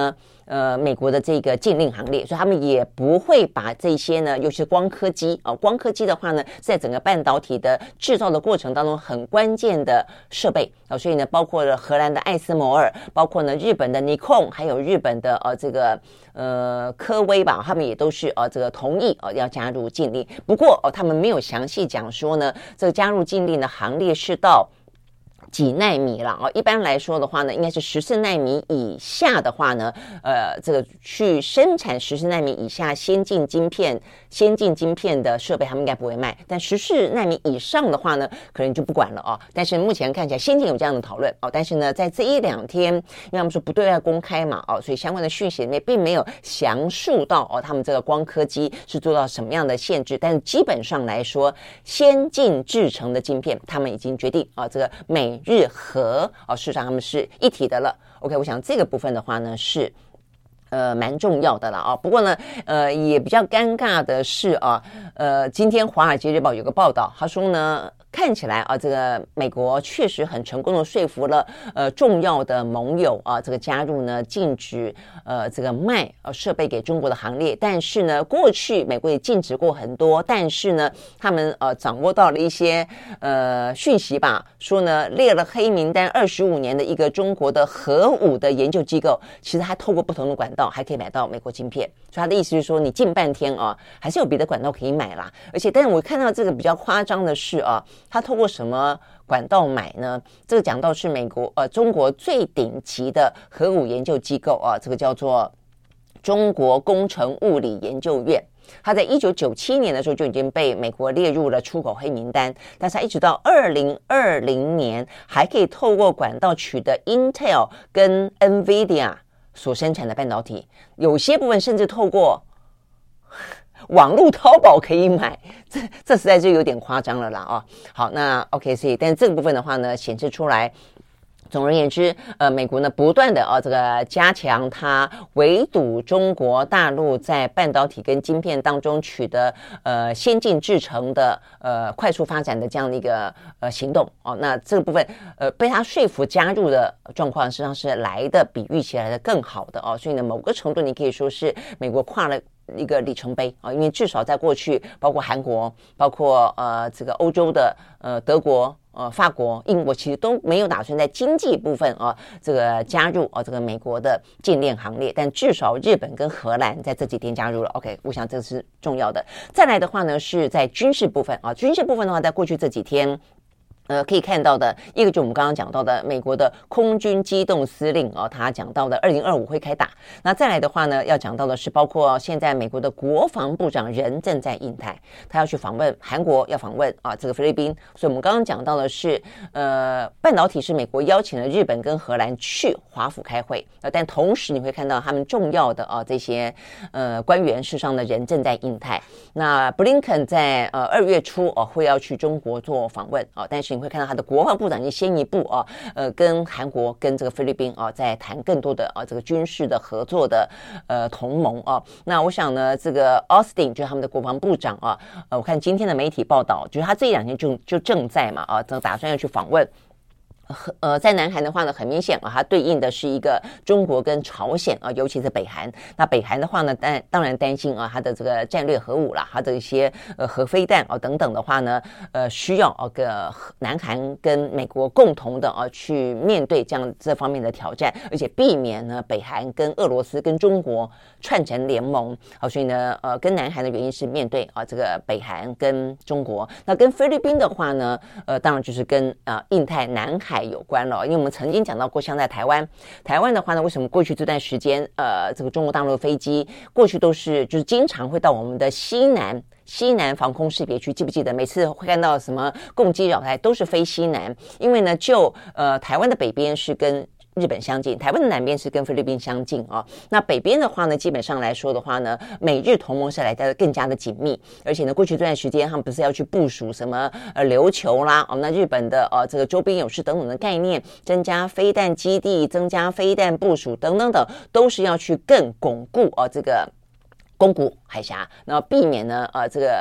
Speaker 1: 呃美国的这个禁令行列，所以他们也不会把这些呢，尤其是光刻机啊、哦，光刻机的话呢，在整个半导体的制造的过程当中很关键的设备啊、哦，所以呢，包括了荷兰的艾斯摩尔，包括呢日本的尼康，还有日本的呃这个呃科威吧，他们也都是呃这个同意呃要加入禁令。不过哦，他们没有详细讲说呢，这个加入禁令的行列是到几奈米了哦，一般来说的话呢，应该是十四奈米以下的话呢，呃，这个去生产十四奈米以下先进晶片、先进晶片的设备，他们应该不会卖。但十四奈米以上的话呢，可能就不管了哦。但是目前看起来，先前有这样的讨论哦，但是呢，在这一两天，因为他们说不对外公开嘛哦，所以相关的讯息里面并没有详述到哦，他们这个光刻机是做到什么样的限制。但是基本上来说，先进制程的晶片，他们已经决定啊、哦，这个美日和哦，事实上他们是一体的了。OK， 我想这个部分的话呢是呃蛮重要的了啊。不过呢，呃也比较尴尬的是啊，呃今天《华尔街日报》有个报道，他说呢，看起来啊，这个美国确实很成功的说服了呃重要的盟友啊，这个加入呢禁止呃这个卖呃设备给中国的行列。但是呢，过去美国也禁止过很多，但是呢，他们呃掌握到了一些呃讯息吧，说呢列了黑名单二十五年的一个中国的核武的研究机构，其实还透过不同的管道还可以买到美国晶片。所以他的意思是说，你禁半天啊，还是有别的管道可以买啦。而且，但是我看到这个比较夸张的是啊。他透过什么管道买呢？这个讲到是美国呃中国最顶级的核武研究机构啊，这个叫做中国工程物理研究院。它在一九九七年的时候就已经被美国列入了出口黑名单，但是它一直到二零二零年还可以透过管道取得 Intel 跟 NVIDIA 所生产的半导体，有些部分甚至透过网络淘宝可以买，这这实在是有点夸张了啦啊、哦！好，那 OK， 所以但是这个部分的话呢，显示出来。总而言之，呃，美国呢不断的啊、哦、这个加强它围堵中国大陆在半导体跟晶片当中取得呃先进制程的呃快速发展的这样的一个呃行动哦。那这个部分呃被他说服加入的状况，实际上是来的比预期来的更好的哦。所以呢，某个程度你可以说是美国跨了一个里程碑啊，因为至少在过去，包括韩国，包括呃这个欧洲的呃德国。呃，法国、英国其实都没有打算在经济部分啊，这个加入啊这个美国的禁令行列，但至少日本跟荷兰在这几天加入了。OK， 我想这是重要的。再来的话呢，是在军事部分啊，军事部分的话，在过去这几天。呃，可以看到的一个，就我们刚刚讲到的美国的空军机动司令哦，他讲到的二零二五会开打。那再来的话呢，要讲到的是，包括现在美国的国防部长人正在印太，他要去访问韩国，要访问啊这个菲律宾。所以我们刚刚讲到的是，呃，半导体是美国邀请了日本跟荷兰去华府开会，呃，但同时你会看到他们重要的啊这些呃官员事实上的人正在印太。那布林肯在呃二月初哦会要去中国做访问啊，但是你会看到他的国防部长已经先一步啊，呃，跟韩国、跟这个菲律宾啊，在谈更多的啊这个军事的合作的呃同盟啊。那我想呢，这个 Austin 就是他们的国防部长啊，呃，我看今天的媒体报道，就是他这一两天就就正在嘛啊，正打算要去访问。呃，在南韩的话呢，很明显啊，它对应的是一个中国跟朝鲜啊，尤其是北韩。那北韩的话呢，当当然担心啊，它的这个战略核武啦，它的一些呃核飞弹啊等等的话呢，呃，需要啊个南韩跟美国共同的啊去面对这样这方面的挑战，而且避免呢北韩跟俄罗斯跟中国串成联盟。好，所以呢，呃，跟南韩的原因是面对啊这个北韩跟中国。那跟菲律宾的话呢，呃，当然就是跟啊、呃、印太南海有关了，因为我们曾经讲到过，像在台湾，台湾的话呢，为什么过去这段时间，呃，这个中国大陆的飞机过去都是就是经常会到我们的西南西南防空识别区，记不记得？每次会看到什么共机扰台都是飞西南，因为呢，就呃台湾的北边是跟日本相近，台湾的南边是跟菲律宾相近啊。那北边的话呢，基本上来说的话呢，美日同盟是来的更加的紧密，而且呢，过去这段时间他们不是要去部署什么呃琉球啦，哦，那日本的呃这个周边有事等等的概念，增加飞弹基地，增加飞弹部署等等等，都是要去更巩固啊、呃、这个宫古海峡，然后避免呢呃这个。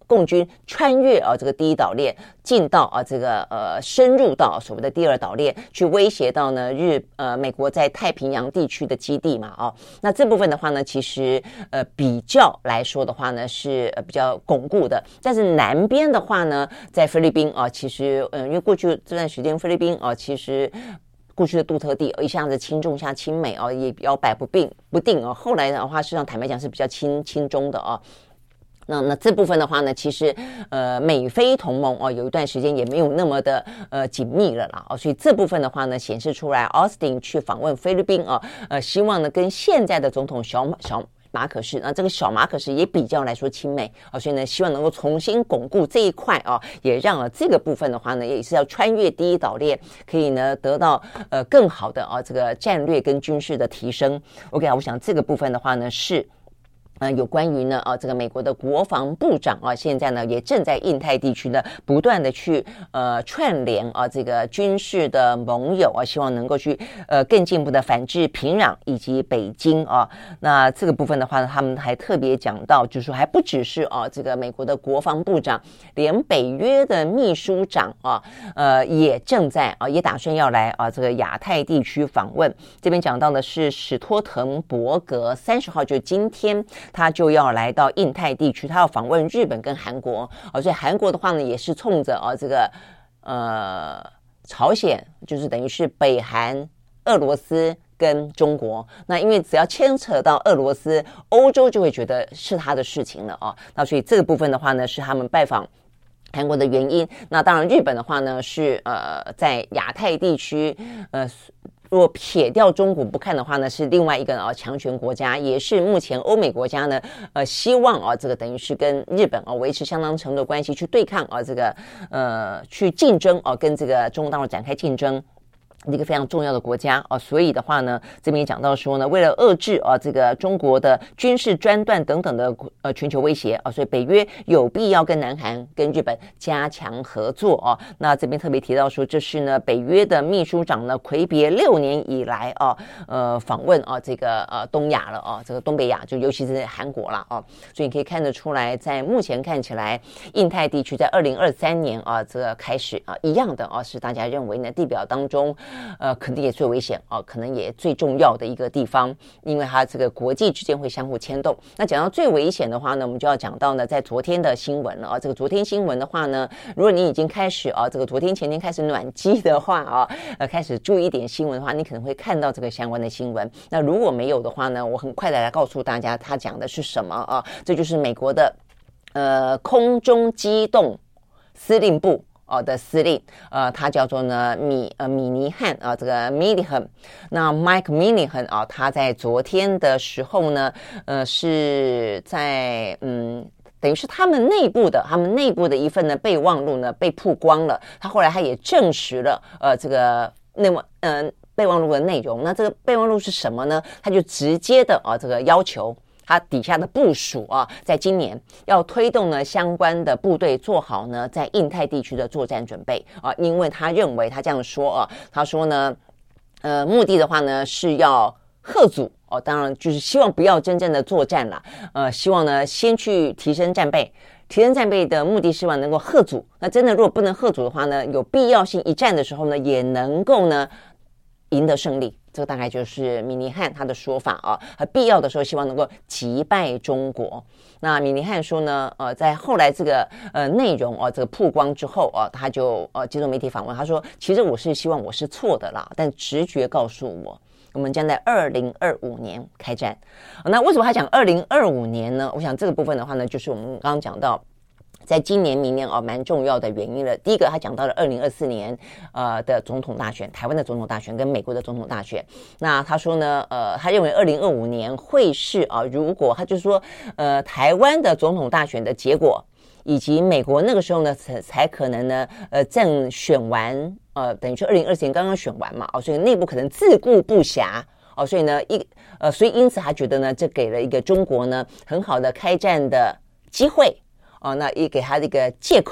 Speaker 1: 共军穿越啊这个第一岛链，进到啊这个呃深入到所谓的第二岛链，去威胁到呢日呃美国在太平洋地区的基地嘛啊、哦，那这部分的话呢，其实呃比较来说的话呢是呃比较巩固的，但是南边的话呢，在菲律宾啊、哦，其实嗯、呃、因为过去这段时间菲律宾啊、哦、其实。过去的杜特地一下子亲中下亲美哦，也摇摆不定不定哦。后来的话，事实上坦白讲是比较亲亲中的哦。那那这部分的话呢，其实呃美菲同盟哦，有一段时间也没有那么的呃紧密了啦哦，所以这部分的话呢，显示出来 Austin 去访问菲律宾啊，呃，希望呢跟现在的总统小小。马可仕，那这个小马可仕也比较来说亲美啊，所以呢，希望能够重新巩固这一块啊，也让啊这个部分的话呢，也是要穿越第一岛链，可以呢得到呃更好的啊这个战略跟军事的提升。OK 啊，我想这个部分的话呢是。呃，有关于呢，啊，这个美国的国防部长啊，现在呢也正在印太地区呢不断的去呃串联啊这个军事的盟友啊，希望能够去呃更进一步的反制平壤以及北京啊。那这个部分的话呢，他们还特别讲到，就是说还不只是啊这个美国的国防部长，连北约的秘书长啊，呃也正在啊也打算要来啊这个亚太地区访问。这边讲到的是史托滕伯格，三十号就今天。他就要来到印太地区，他要访问日本跟韩国啊，所以韩国的话呢，也是冲着啊这个呃朝鲜，就是等于是北韩、俄罗斯跟中国。那因为只要牵扯到俄罗斯，欧洲就会觉得是他的事情了啊。那所以这个部分的话呢，是他们拜访韩国的原因。那当然，日本的话呢，是呃在亚太地区呃。如果撇掉中国不看的话呢，是另外一个啊强权国家，也是目前欧美国家呢，呃，希望啊这个等于是跟日本啊维持相当程度的关系，去对抗啊这个呃去竞争啊跟这个中国大陆展开竞争。一个非常重要的国家啊，所以的话呢，这边也讲到说呢，为了遏制啊这个中国的军事专断等等的呃全球威胁啊，所以北约有必要跟南韩、跟日本加强合作啊。那这边特别提到说，这是呢北约的秘书长呢魁别六年以来啊，呃访问啊这个呃东亚了啊，这个东北亚就尤其是韩国了啊，所以你可以看得出来，在目前看起来，印太地区在二零二三年啊这个开始啊一样的啊是大家认为呢地表当中。呃，肯定也最危险啊，可能也最重要的一个地方，因为它这个国际之间会相互牵动。那讲到最危险的话呢，我们就要讲到呢，在昨天的新闻了啊。这个昨天新闻的话呢，如果你已经开始啊，这个昨天前天开始暖机的话啊，呃，开始注意一点新闻的话，你可能会看到这个相关的新闻。那如果没有的话呢，我很快的来告诉大家，他讲的是什么啊？这就是美国的呃空中机动司令部。哦的司令，呃，他叫做呢米呃米尼汉啊、呃，这个 Minihan， 那 Mike Minihan 啊、呃，他在昨天的时候呢，呃，是在嗯。等于是他们内部的，他们内部的一份呢备忘录呢被曝光了。他后来他也证实了，呃，这个内网呃备忘录的内容。那这个备忘录是什么呢？他就直接的啊、呃，这个要求。他底下的部署啊，在今年要推动呢相关的部队做好呢在印太地区的作战准备啊，因为他认为他这样说啊，他说呢，呃，目的的话呢是要嚇阻哦，当然就是希望不要真正的作战啦，呃，希望呢先去提升战备。提升战备的目的是希望能够嚇阻，那真的如果不能嚇阻的话呢，有必要性一战的时候呢，也能够呢赢得胜利。这个大概就是米尼汉他的说法啊，和必要的时候希望能够击败中国。那米尼汉说呢，呃，在后来这个呃内容啊，这个曝光之后啊，他就呃接受媒体访问，他说，其实我是希望我是错的啦，但直觉告诉我，我们将在二零二五年开战。那为什么他讲二零二五年呢？我想这个部分的话呢，就是我们刚刚讲到。在今年、明年哦，蛮重要的原因了。第一个，他讲到了二零二四年呃的总统大选，台湾的总统大选跟美国的总统大选。那他说呢，呃，他认为二零二五年会是啊，如果他就说，呃，台湾的总统大选的结果，以及美国那个时候呢，才才可能呢，呃，正选完，呃，等于说二零二四年刚刚选完嘛，哦，所以内部可能自顾不暇。哦，所以呢，一呃，所以因此他觉得呢，这给了一个中国呢很好的开战的机会。哦，那也给他这个借口，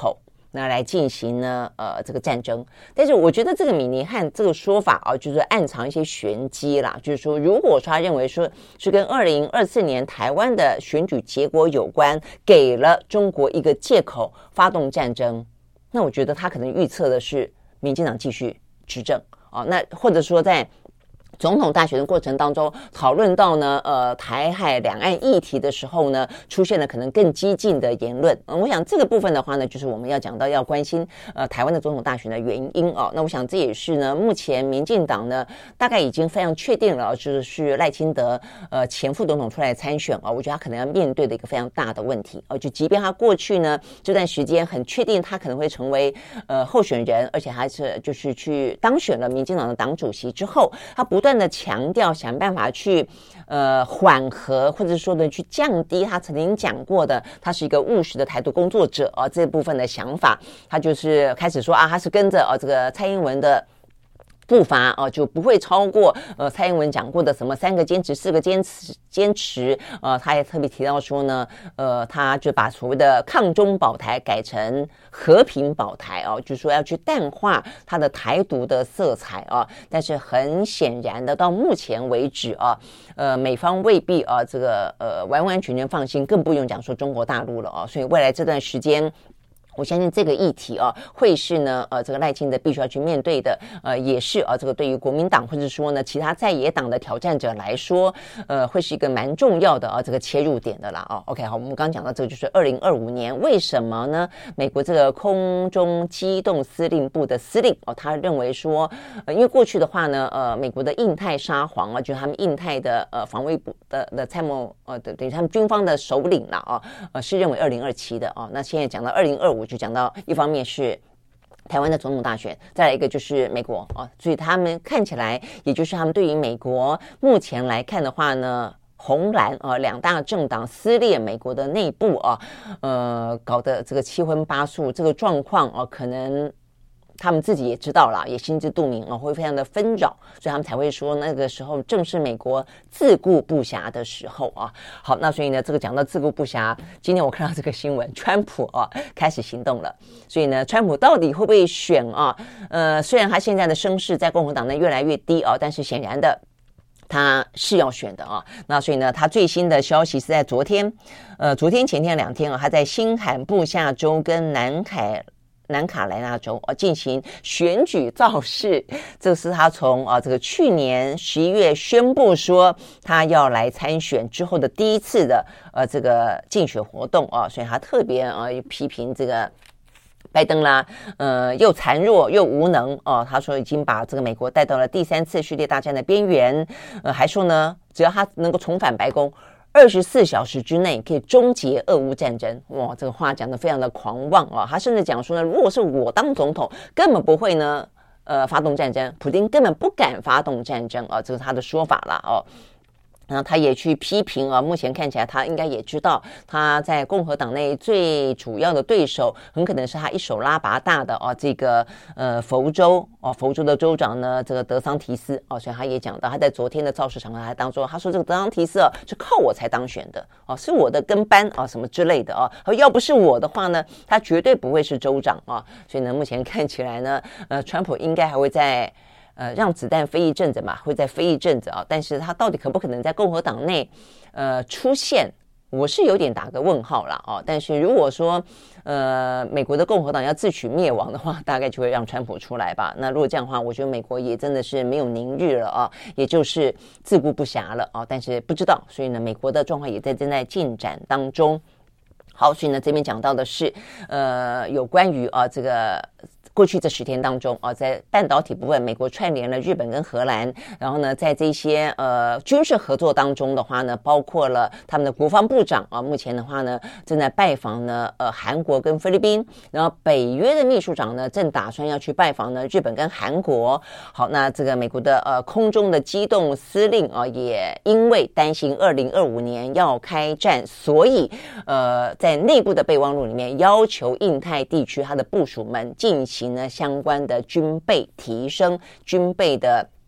Speaker 1: 那来进行呢呃这个战争。但是我觉得这个米尼汉这个说法啊，就是暗藏一些玄机啦，就是说如果说他认为说是跟二零二四年台湾的选举结果有关，给了中国一个借口发动战争，那我觉得他可能预测的是民进党继续执政啊，那或者说在总统大选的过程当中，讨论到呢，呃，台海两岸议题的时候呢，出现了可能更激进的言论。嗯，我想这个部分的话呢，就是我们要讲到要关心呃台湾的总统大选的原因哦。那我想这也是呢，目前民进党呢大概已经非常确定了，就是赖清德呃前副总统出来参选啊、哦，我觉得他可能要面对的一个非常大的问题哦。就即便他过去呢这段时间很确定他可能会成为呃候选人，而且还是就是去当选了民进党的党主席之后，他不断不断的强调想办法去呃缓和或者说呢去降低他曾经讲过的他是一个务实的台独工作者啊、呃、这部分的想法，他就是开始说啊他是跟着呃这个蔡英文的步伐哦、呃，就不会超过呃蔡英文讲过的什么三个坚持、四个坚持坚持。呃，他也特别提到说呢，呃，他就把所谓的抗中保台改成和平保台哦，就是说要去淡化他的台独的色彩啊。但是很显然的，到目前为止啊，呃，美方未必啊这个呃完完全全放心，更不用讲说中国大陆了啊。所以未来这段时间，我相信这个议题啊，会是呢，呃，这个赖清德必须要去面对的，呃，也是啊，这个对于国民党或者说呢其他在野党的挑战者来说，呃，会是一个蛮重要的啊这个切入点的啦啊。OK， 好，我们刚刚讲到这个就是二零二五年，为什么呢？美国这个空中机动司令部的司令哦，他认为说，呃，因为过去的话呢，呃，美国的印太沙皇啊，就是他们印太的呃防卫部的的参谋呃的等于他们军方的首领啦啊，呃，是认为二零二七的啊，那现在讲到二零二五。就讲到一方面是台湾的总统大选，再来一个就是美国啊，所以他们看起来，也就是他们对于美国目前来看的话呢，红蓝啊两大政党撕裂美国的内部啊，呃，搞得这个七荤八素这个状况啊，可能他们自己也知道啦，也心知肚明啊，会非常的纷扰，所以他们才会说那个时候正是美国自顾不暇的时候啊。好，那所以呢，这个讲到自顾不暇，今天我看到这个新闻，川普啊开始行动了。所以呢，川普到底会不会选啊？呃，虽然他现在的声势在共和党内越来越低啊，但是显然的，他是要选的啊。那所以呢，他最新的消息是在昨天，呃，昨天前天两天啊，他在新罕布夏州跟南凯。南卡莱纳州啊进行选举造势，这是他从啊这个去年十一月宣布说他要来参选之后的第一次的呃这个竞选活动啊，所以他特别啊批评这个拜登啦，呃，又孱弱又无能哦。他说已经把这个美国带到了第三次世界大战的边缘，呃，还说呢，只要他能够重返白宫。二十四小时之内可以终结俄乌战争，哇，这个话讲得非常的狂妄啊！他甚至讲说呢，如果是我当总统，根本不会呢，呃，发动战争，普丁根本不敢发动战争啊，这是他的说法啦哦。然后他也去批评啊，目前看起来他应该也知道，他在共和党内最主要的对手很可能是他一手拉拔大的哦、啊，这个呃佛州哦、啊，佛州的州长呢，这个德桑提斯哦、啊，所以他也讲到，他在昨天的造势场合还当中，他说这个德桑提斯啊是靠我才当选的哦、啊，是我的跟班啊什么之类的啊，要不是我的话呢，他绝对不会是州长啊，所以呢，目前看起来呢，呃，川普应该还会在。呃，让子弹飞一阵子嘛，会再飞一阵子啊。但是他到底可不可能在共和党内呃出现，我是有点打个问号啦哦。但是如果说呃美国的共和党要自取灭亡的话，大概就会让川普出来吧。那如果这样的话，我觉得美国也真的是没有宁日了啊，也就是自顾不暇了啊。但是不知道，所以呢，美国的状况也在正在进展当中。好，所以呢，这边讲到的是呃有关于啊这个。过去这十天当中啊，在半导体部分，美国串联了日本跟荷兰，然后呢，在这些呃军事合作当中的话呢，包括了他们的国防部长啊，目前的话呢，正在拜访呢呃韩国跟菲律宾，然后北约的秘书长呢，正打算要去拜访呢日本跟韩国。好，那这个美国的呃空中的机动司令啊，也因为担心二零二五年要开战，所以呃在内部的备忘录里面要求印太地区他的部属们进行呢相关的军备提升，军备的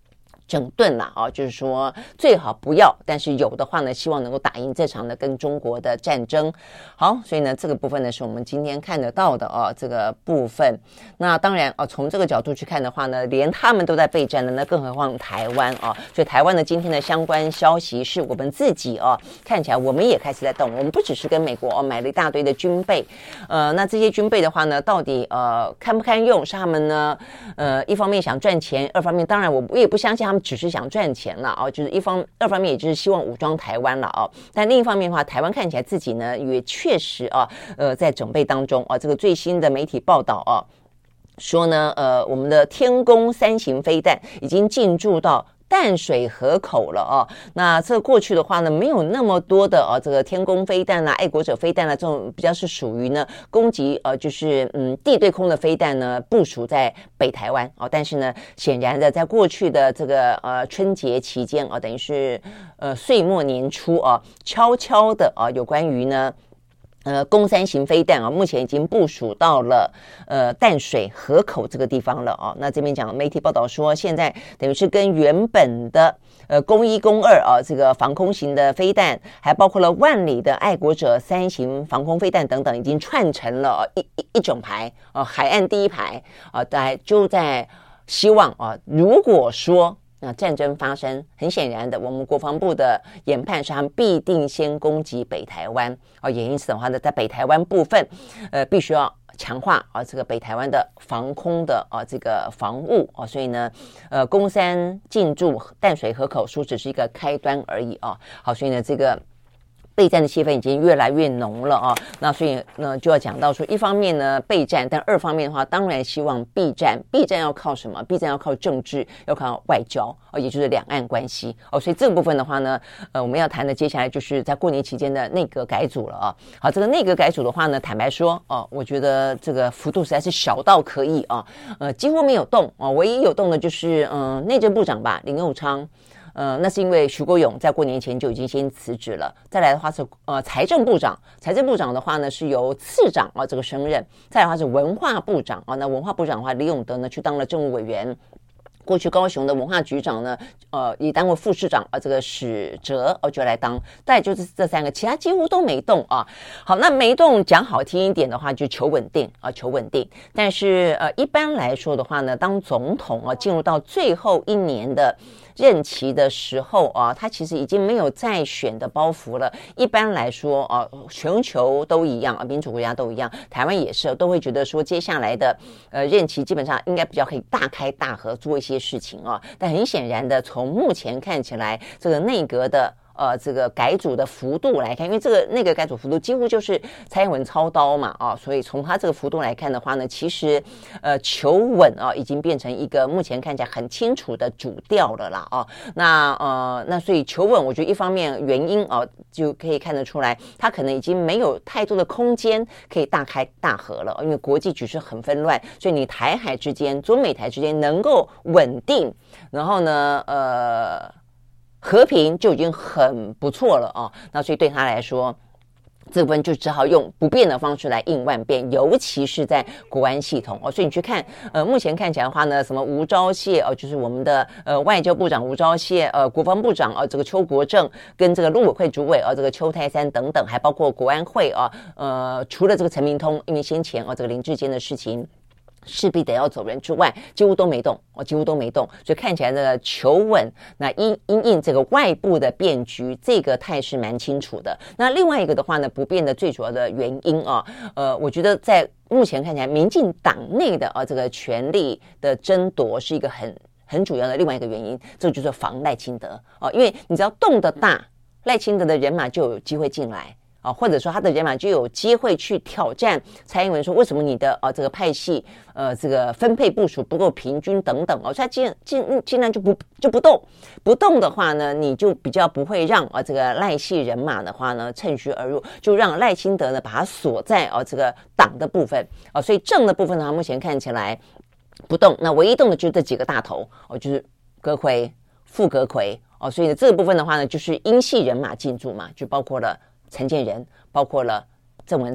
Speaker 1: 整顿啦啊，就是说最好不要，但是有的话呢，希望能够打赢这场的跟中国的战争。好，所以呢，这个部分呢是我们今天看得到的啊，这个部分。那当然啊，从这个角度去看的话呢，连他们都在备战了，那更何况台湾啊？所以台湾的今天的相关消息是我们自己啊，看起来我们也开始在动，我们不只是跟美国哦买了一大堆的军备，呃，那这些军备的话呢，到底呃堪不堪用？是他们呢呃一方面想赚钱，二方面当然我我也不相信他们只是想赚钱了啊，就是一方二方面也就是希望武装台湾了啊。但另一方面的话，台湾看起来自己呢也确实啊，呃，在准备当中啊。这个最新的媒体报道啊，说呢，呃，我们的天宫三型飞弹已经进驻到淡水河口了哦，那这过去的话呢，没有那么多的哦，这个天宫飞弹啦、爱国者飞弹啦，这种比较是属于呢攻击呃，就是嗯地对空的飞弹呢，部署在北台湾哦。但是呢，显然的，在过去的这个呃春节期间啊、哦，等于是呃岁末年初啊、哦，悄悄的啊、哦，有关于呢。呃，弓三型飞弹啊，目前已经部署到了呃淡水河口这个地方了啊。那这边讲媒体报道说，现在等于是跟原本的呃弓一、弓二啊这个防空型的飞弹，还包括了万里的爱国者三型防空飞弹等等，已经串成了一一一整排啊，海岸第一排啊，在就在希望啊，如果说。那战争发生，很显然的，我们国防部的研判是他们必定先攻击北台湾啊，也因此的话呢，在北台湾部分，呃，必须要强化啊这个北台湾的防空的啊这个防务啊，所以呢，呃，弓三进驻淡水河口说只是一个开端而已啊。好，所以呢，这个。备战的气氛已经越来越浓了啊，那所以呢就要讲到说，一方面呢备战，但二方面的话，当然希望避战。避战要靠什么？避战要靠政治，要靠外交哦，也就是两岸关系哦。所以这个部分的话呢，呃，我们要谈的接下来就是在过年期间的内阁改组了啊。好，这个内阁改组的话呢，坦白说哦，我觉得这个幅度实在是小到可以啊，呃，几乎没有动啊，唯一有动的就是嗯、呃、内政部长吧，林右昌。呃，那是因为徐国勇在过年前就已经先辞职了。再来的话是呃财政部长，财政部长的话呢是由次长啊这个升任。再来的话是文化部长啊，那文化部长的话李永德呢去当了政务委员。过去高雄的文化局长呢，呃，也当过副市长啊，这个史哲哦就来当，再就是这三个，其他几乎都没动啊。好，那没动讲好听一点的话，就求稳定啊，求稳定。但是呃，一般来说的话呢，当总统啊进入到最后一年的任期的时候啊，他其实已经没有再选的包袱了。一般来说啊，全球都一样啊，民主国家都一样，台湾也是都会觉得说，接下来的呃任期基本上应该比较可以大开大合做一些事情啊。但很显然的，从目前看起来，这个内阁的。呃，这个改组的幅度来看，因为这个那个改组幅度几乎就是蔡英文操刀嘛，啊，所以从他这个幅度来看的话呢，其实呃求稳啊，已经变成一个目前看起来很清楚的主调了啦，啊，那呃那所以求稳，我觉得一方面原因啊，就可以看得出来，他可能已经没有太多的空间可以大开大合了，因为国际局势很纷乱，所以你台海之间、中美台之间能够稳定，然后呢，呃。和平就已经很不错了啊，那所以对他来说，这部分就只好用不变的方式来应万变，尤其是在国安系统哦。所以你去看，呃，目前看起来的话呢，什么吴钊燮哦，就是我们的呃外交部长吴钊燮，呃，国防部长哦，这个邱国正跟这个陆委会主委哦，这个邱泰三等等，还包括国安会啊，呃，除了这个陈明通，因为先前哦这个林智坚的事情。势必得要走人之外，几乎都没动，哦，几乎都没动，所以看起来这个求稳，那因因应这个外部的变局，这个态势蛮清楚的。那另外一个的话呢，不变的最主要的原因啊，呃，我觉得在目前看起来，民进党内的啊这个权力的争夺是一个很很主要的另外一个原因，这就是防赖清德啊，因为你只要动得大，赖清德的人马就有机会进来。啊，或者说他的人马就有机会去挑战蔡英文，说为什么你的呃这个派系呃这个分配部署不够平均等等哦，所以他尽尽尽量就不就不动，不动的话呢，你就比较不会让啊这个赖系人马的话呢趁虚而入，就让赖清德呢把它锁在啊这个党的部分啊，所以正的部分呢，目前看起来不动，那唯一动的就是这几个大头哦，就是阁揆、副阁揆哦，所以呢这个部分的话呢，就是英系人马进驻嘛，就包括了。陈建仁，包括了郑文灿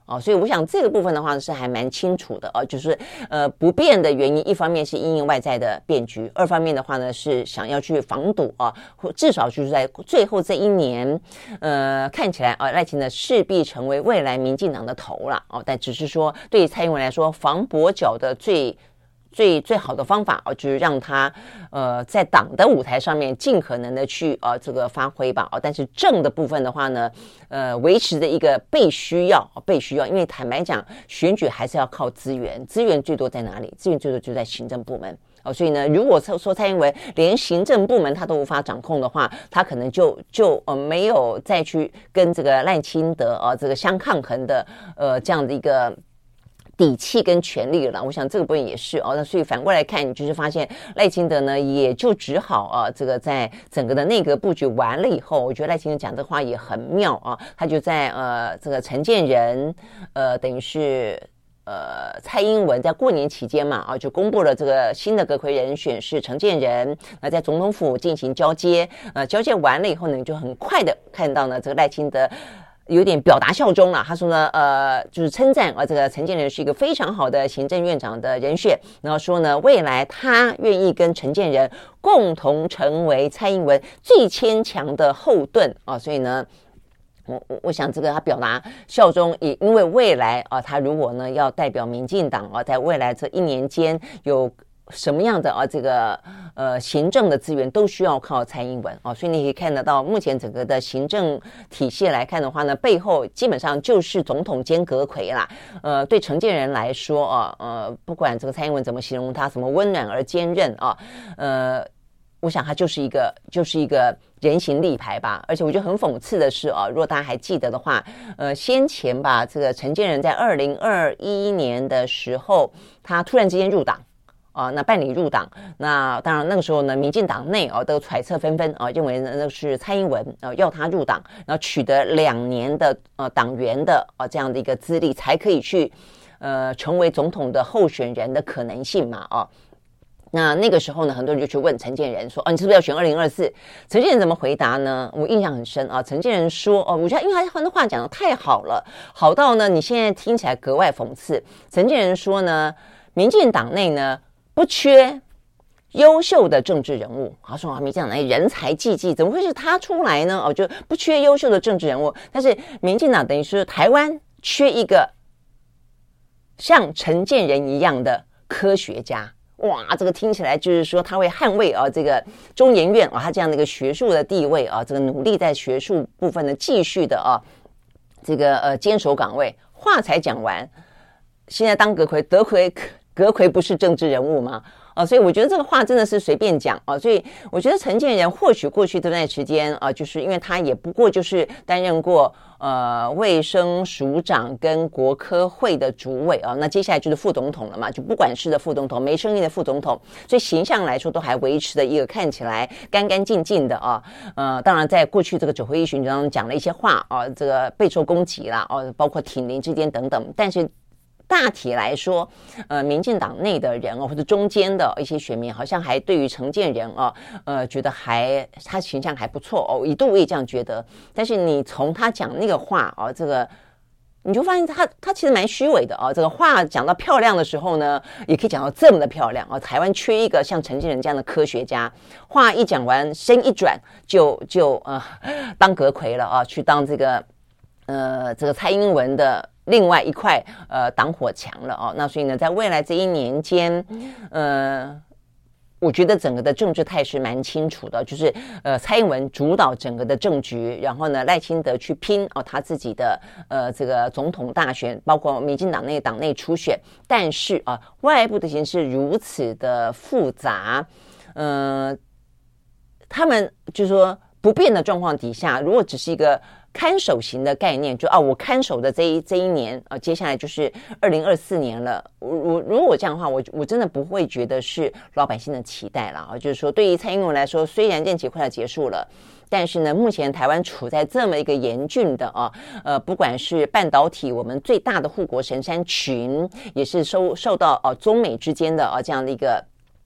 Speaker 1: 哦，所以我想这个部分的话是还蛮清楚的哦，就是呃不变的原因，一方面是因应外在的变局，二方面的话呢是想要去防堵啊，或至少就是在最后这一年，呃看起来啊赖清德势必成为未来民进党的头了哦，但只是说对于蔡英文来说，防跛脚的最。最最好的方法哦，就是让他呃在党的舞台上面尽可能的去呃这个发挥吧哦，但是政的部分的话呢，呃维持的一个被需要被需要，因为坦白讲，选举还是要靠资源，资源最多在哪里？资源最多就在行政部门哦，所以呢，如果说蔡英文连行政部门他都无法掌控的话，他可能就就呃没有再去跟这个赖清德啊、呃、这个相抗衡的呃这样的一个。底气跟权力了，我想这个部分也是哦。那所以反过来看，你就是发现赖清德呢，也就只好啊，这个在整个的内阁布局完了以后，我觉得赖清德讲这话也很妙啊。他就在呃这个陈建仁，呃等于是呃蔡英文在过年期间嘛啊，就公布了这个新的阁揆人选是陈建仁，那在总统府进行交接，呃交接完了以后呢，你就很快的看到呢这个赖清德。有点表达效忠了，他说呢，呃，就是称赞啊，这个陈建仁是一个非常好的行政院长的人选，然后说呢，未来他愿意跟陈建仁共同成为蔡英文最牵强的后盾啊，所以呢。我我想这个他表达效忠，也因为未来啊，他如果呢要代表民进党啊，在未来这一年间有什么样的啊这个呃行政的资源都需要靠蔡英文啊，所以你可以看得到目前整个的行政体系来看的话呢，背后基本上就是总统兼阁揆啦。呃，对陈建仁来说啊，呃，不管这个蔡英文怎么形容他，什么温暖而坚韧啊，呃。我想他就是一个就是一个人形立牌吧，而且我觉得很讽刺的是啊，如果大家还记得的话，呃，先前吧，这个陈建仁在二零二一年的时候，他突然之间入党啊、呃，那办理入党，那当然那个时候呢，民进党内啊、呃、都揣测纷纷啊、呃，认为那是蔡英文啊、呃、要他入党，然后取得两年的呃党员的啊、呃、这样的一个资历，才可以去呃成为总统的候选人的可能性嘛啊。那那个时候呢，很多人就去问陈建仁说：“哦，你是不是要选二零二四？”陈建仁怎么回答呢？我印象很深啊。陈建仁说：“哦，我觉得因为他的话讲得太好了，好到呢，你现在听起来格外讽刺。”陈建仁说呢，民进党内呢不缺优秀的政治人物。他说啊，民进党内人才济济，怎么会是他出来呢？哦，就不缺优秀的政治人物，但是民进党等于是台湾缺一个像陈建仁一样的科学家。哇，这个听起来就是说他会捍卫啊这个中研院啊他这样的一个学术的地位啊，这个努力在学术部分的继续的啊这个呃坚守岗位。话才讲完，现在当阁揆，阁揆阁揆不是政治人物吗？啊，所以我觉得这个话真的是随便讲啊，所以我觉得陈建仁或许过去这段时间啊，就是因为他也不过就是担任过呃卫生署长跟国科会的主委啊，那接下来就是副总统了嘛，就不管事的副总统，没声音的副总统，所以形象来说都还维持的一个看起来干干净净的啊，呃，当然在过去这个九合一选举当中讲了一些话啊，这个备受攻击啦，哦、啊，包括挺林之间等等，但是。大体来说，呃，民进党内的人哦，或者中间的一些选民，好像还对于陈建仁哦，呃，觉得还他形象还不错哦，一度我也这样觉得。但是你从他讲那个话哦，这个你就发现他他其实蛮虚伪的哦。这个话讲到漂亮的时候呢，也可以讲到这么的漂亮哦。台湾缺一个像陈建仁这样的科学家，话一讲完，身一转就就呃当阁揆了啊，去当这个呃这个蔡英文的。另外一块呃挡火墙了哦，那所以呢，在未来这一年间，呃，我觉得整个的政治态势蛮清楚的，就是呃蔡英文主导整个的政局，然后呢赖清德去拼哦他自己的呃这个总统大选，包括民进党内党内初选，但是啊外部的形势如此的复杂，呃，他们就是说不变的状况底下，如果只是一个。看守型的概念，就啊，我看守的这一这一年啊，接下来就是二零二四年了。我我如果这样的话，我我真的不会觉得是老百姓的期待了啊。就是说，对于蔡英文来说，虽然任期快要结束了，但是呢，目前台湾处在这么一个严峻的啊，呃，不管是半导体，我们最大的护国神山群，也是受受到啊中美之间的啊这样的一个。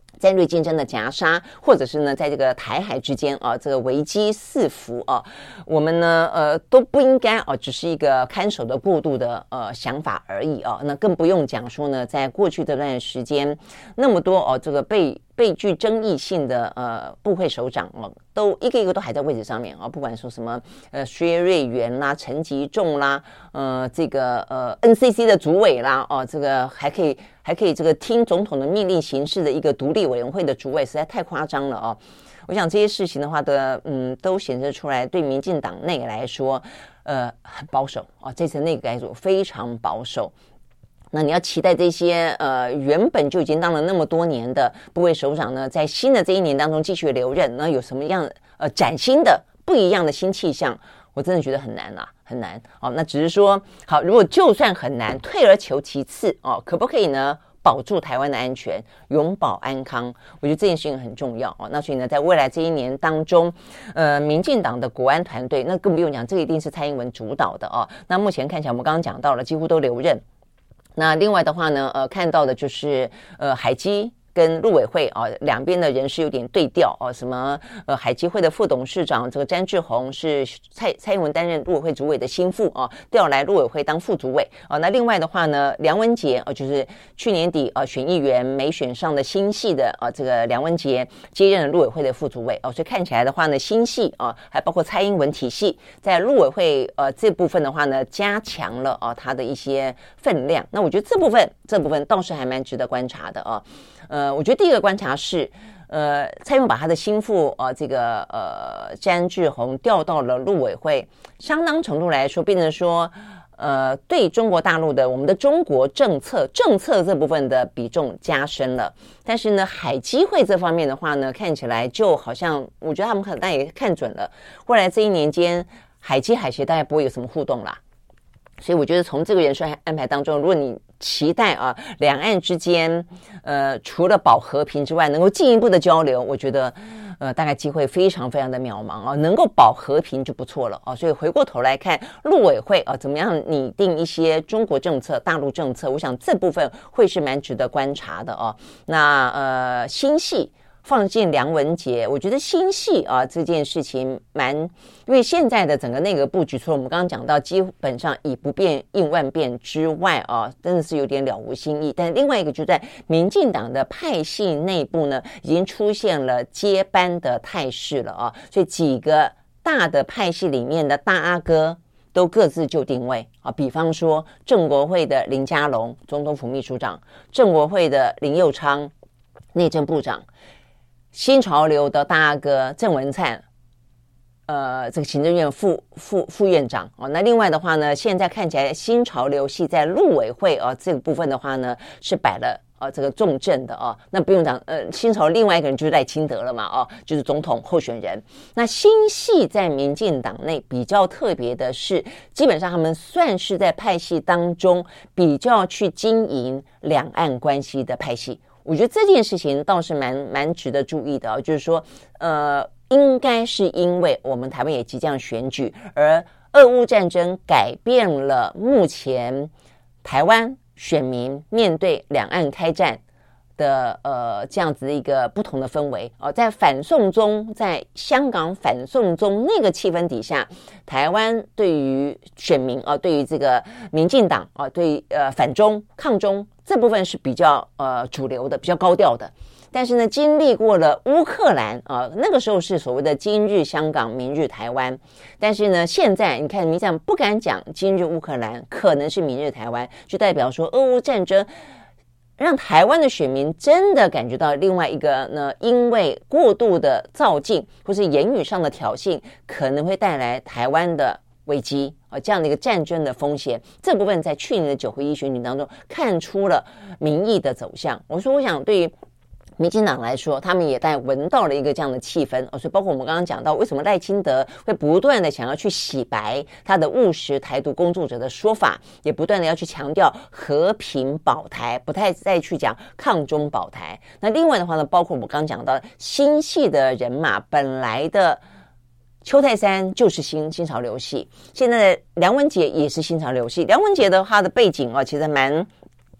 Speaker 1: 战略竞争的夹杀，或者是呢，在这个台海之间啊，这个危机四伏啊，我们呢，呃，都不应该啊，只是一个看守的过渡的呃想法而已啊。那更不用讲说呢，在过去这段时间，那么多哦，这个被被具争议性的呃部会首长哦，都一个一个都还在位置上面啊，不管说什么呃薛瑞元啦、陈吉仲啦，呃，这个呃 N C C 的主委啦，哦，这个还可以。还可以这个听总统的命令行事的一个独立委员会的主委，实在太夸张了哦！我想这些事情的话的，嗯，都显示出来，对民进党内来说，呃，很保守哦。这次内阁改组非常保守。那你要期待这些呃原本就已经当了那么多年的部会首长呢，在新的这一年当中继续留任，那有什么样呃崭新的不一样的新气象？我真的觉得很难啊，很难哦。那只是说，好，如果就算很难，退而求其次哦，可不可以呢？保住台湾的安全，永保安康，我觉得这件事情很重要哦。那所以呢，在未来这一年当中，呃，民进党的国安团队，那更不用讲，这个一定是蔡英文主导的哦。那目前看起来，我们刚刚讲到了，几乎都留任。那另外的话呢，呃，看到的就是呃海基跟陆委会啊两边的人事有点对调哦，什么呃海基会的副董事长这个詹志宏是蔡蔡英文担任陆委会主委的心腹啊，调来陆委会当副主委啊。那另外的话呢，梁文杰啊，就是去年底啊选议员没选上的新系的啊这个梁文杰接任了陆委会的副主委哦，所以看起来的话呢，新系啊还包括蔡英文体系在陆委会呃这部分的话呢，加强了啊它的一些分量。那我觉得这部分这部分倒是还蛮值得观察的啊。呃，我觉得第一个观察是，呃，蔡英文把他的心腹呃这个呃詹志宏调到了陆委会，相当程度来说，变成说，呃，对中国大陆的我们的中国政策政策这部分的比重加深了。但是呢，海基会这方面的话呢，看起来就好像，我觉得他们可能也看准了，未来这一年间，海基海协大概不会有什么互动啦。所以我觉得从这个人事安排当中，如果你期待啊两岸之间呃除了保和平之外能够进一步的交流，我觉得呃大概机会非常非常的渺茫啊，能够保和平就不错了啊。所以回过头来看陆委会啊怎么样拟定一些中国政策、大陆政策，我想这部分会是蛮值得观察的啊。那呃新系放进梁文杰，我觉得新系啊这件事情蛮，因为现在的整个内阁布局，除了我们刚刚讲到基本上以不变应万变之外啊，真的是有点了无新意。但另外一个就在民进党的派系内部呢，已经出现了接班的态势了啊，所以几个大的派系里面的大阿哥都各自就定位啊，比方说正国会的林佳龙总统府秘书长，正国会的林右昌内政部长，新潮流的大阿哥郑文灿，呃，这个行政院副副副院长哦。那另外的话呢，现在看起来新潮流系在陆委会哦这个部分的话呢，是摆了呃这个重镇的哦。那不用讲，呃，新潮另外一个人就是赖清德了嘛哦，就是总统候选人。那新系在民进党内比较特别的是，基本上他们算是在派系当中比较去经营两岸关系的派系。我觉得这件事情倒是蛮蛮值得注意的啊，就是说，呃，应该是因为我们台湾也即将选举，而俄乌战争改变了目前台湾选民面对两岸开战的呃这样子的一个不同的氛围哦，在反送中，在香港反送中那个气氛底下，台湾对于选民啊，对于这个民进党啊，对于呃反中抗中这部分是比较呃主流的，比较高调的。但是呢，经历过了乌克兰啊，那个时候是所谓的今日香港，明日台湾。但是呢，现在你看，民进党不敢讲今日乌克兰，可能是明日台湾，就代表说俄乌战争让台湾的选民真的感觉到另外一个呢，因为过度的躁进或是言语上的挑衅，可能会带来台湾的危机啊，这样的一个战争的风险。这部分在去年的九合一选举当中看出了民意的走向。我说，我想对于民进党来说，他们也在闻到了一个这样的气氛哦，所以包括我们刚刚讲到，为什么赖清德会不断的想要去洗白他的务实台独工作者的说法，也不断的要去强调和平保台，不太再去讲抗中保台。那另外的话呢，包括我们刚刚讲到新系的人马，本来的邱泰山就是新新潮流系，现在的梁文杰也是新潮流系。梁文杰的他的背景啊，其实蛮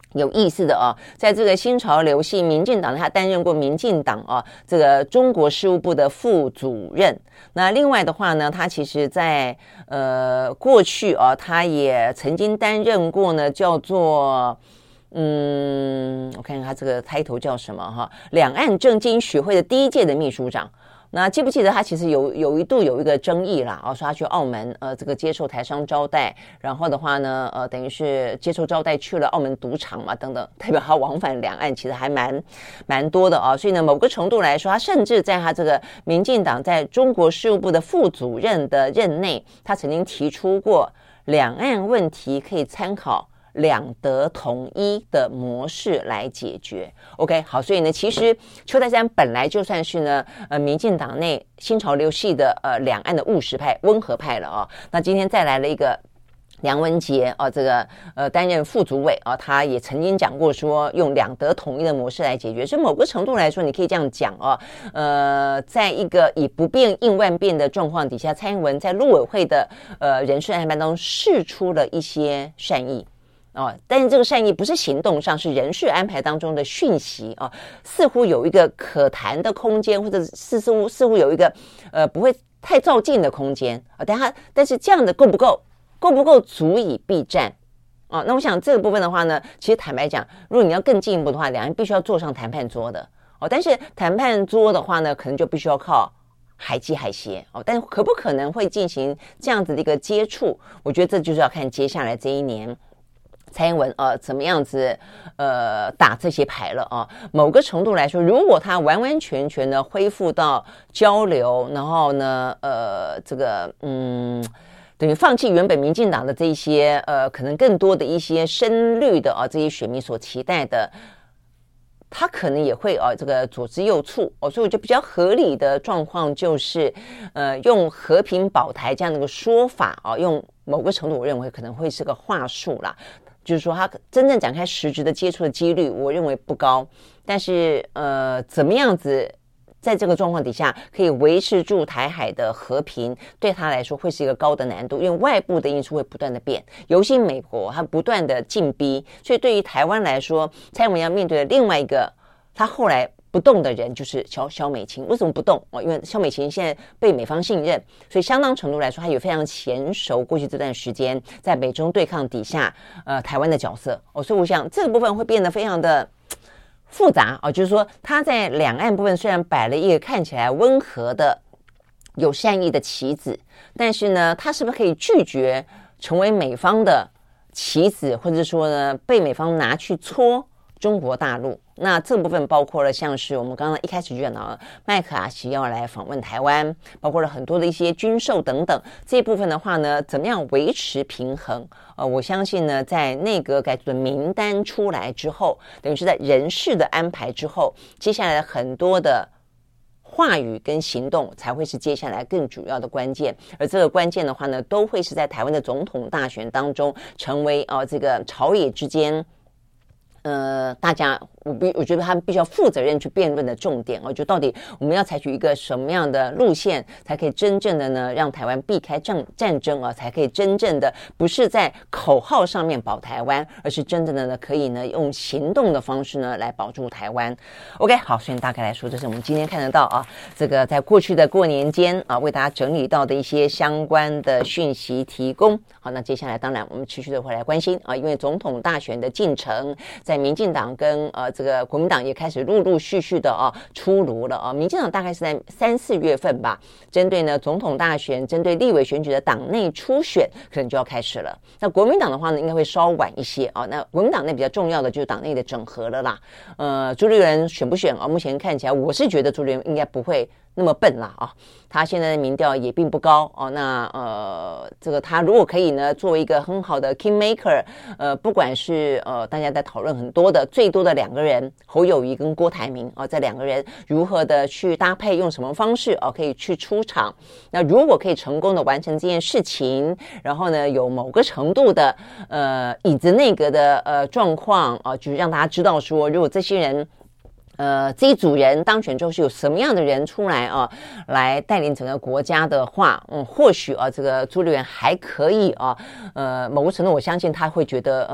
Speaker 1: 有意思的哦，在这个新潮流系民进党，他担任过民进党啊这个中国事务部的副主任。那另外的话呢，他其实在呃过去啊，他也曾经担任过呢，叫做嗯，我看看他这个 title 叫什么哈，两岸政经学会的第一届的秘书长。那记不记得他其实有有一度有一个争议啦，哦，说他去澳门呃这个接受台商招待，然后的话呢呃等于是接受招待去了澳门赌场嘛等等，代表他往返两岸其实还蛮蛮多的啊、哦，所以呢某个程度来说，他甚至在他这个民进党在中国事务部的副主任的任内，他曾经提出过两岸问题可以参考两德统一的模式来解决。 OK 好，所以呢其实邱泰山本来就算是呢呃民进党内新潮流系的呃两岸的务实派温和派了啊、哦。那今天再来了一个梁文杰啊、哦，这个呃担任副主委啊、哦，他也曾经讲过说用两德统一的模式来解决。所以某个程度来说，你可以这样讲啊、哦，呃，在一个以不变应万变的状况底下，蔡英文在陆委会的呃人事安排当中释出了一些善意。哦，但是这个善意不是行动上，是人事安排当中的讯息啊、哦，似乎有一个可谈的空间，或者似乎似乎有一个呃不会太照进的空间啊、哦。但他但是这样的够不够？够不够足以避战啊、哦？那我想这个部分的话呢，其实坦白讲，如果你要更进一步的话，两人必须要坐上谈判桌的哦。但是谈判桌的话呢，可能就必须要靠海基海协哦。但是可不可能会进行这样子的一个接触？我觉得这就是要看接下来这一年。蔡英文呃怎么样子呃打这些牌了啊？某个程度来说，如果他完完全全的恢复到交流，然后呢呃这个嗯等于放弃原本民进党的这些呃可能更多的一些深绿的啊这些选民所期待的，他可能也会呃这个左支右绌哦，所以我觉得比较合理的状况就是呃用和平保台这样的一个说法啊，用某个程度我认为可能会是个话术啦。就是说他真正展开实质的接触的几率我认为不高，但是呃怎么样子在这个状况底下可以维持住台海的和平，对他来说会是一个高的难度，因为外部的因素会不断的变，尤其美国它不断的进逼，所以对于台湾来说，蔡英文要面对的另外一个他后来不动的人就是萧萧美琴。为什么不动、哦、因为萧美琴现在被美方信任，所以相当程度来说他有非常娴熟过去这段时间在美中对抗底下呃台湾的角色、哦、所以我想这个部分会变得非常的复杂、哦、就是说他在两岸部分虽然摆了一个看起来温和的有善意的棋子，但是呢他是不是可以拒绝成为美方的棋子，或者说呢被美方拿去戳中国大陆。那这部分包括了像是我们刚刚一开始就讲到了麦克阿锡要来访问台湾，包括了很多的一些军售等等，这一部分的话呢怎么样维持平衡呃，我相信呢在内阁改组的名单出来之后，等于是在人事的安排之后，接下来的很多的话语跟行动才会是接下来更主要的关键，而这个关键的话呢都会是在台湾的总统大选当中成为呃这个朝野之间呃，大家我必我觉得他们必须要负责任去辩论的重点哦，就到底我们要采取一个什么样的路线，才可以真正的呢让台湾避开战战争啊，才可以真正的不是在口号上面保台湾，而是真正的呢可以呢用行动的方式呢来保住台湾。OK， 好，所以大概来说，这是我们今天看得到啊，这个在过去的过年间啊，为大家整理到的一些相关的讯息提供。好，那接下来当然我们持续的会来关心啊，因为总统大选的进程，在民进党跟呃这个国民党也开始陆陆续续的啊出炉了啊。民进党大概是在三四月份吧，针对呢总统大选、针对立委选举的党内初选，可能就要开始了。那国民党的话呢，应该会稍晚一些啊。那国民党内比较重要的就是党内的整合了啦。呃，朱立伦选不选啊？目前看起来，我是觉得朱立伦应该不会那么笨啦啊。他现在的民调也并不高哦。那呃，这个他如果可以呢，作为一个很好的 kingmaker， 呃，不管是呃大家在讨论很多的最多的两个人，侯友宜跟郭台铭啊、呃，这两个人如何的去搭配，用什么方式哦、呃、可以去出场。那如果可以成功的完成这件事情，然后呢有某个程度的呃椅子内阁的呃状况啊、呃，就是让大家知道说，如果这些人。呃，这一组人当选之后是有什么样的人出来啊，来带领整个国家的话，嗯，或许啊，这个朱立伦还可以啊，呃，某个程度我相信他会觉得，呃，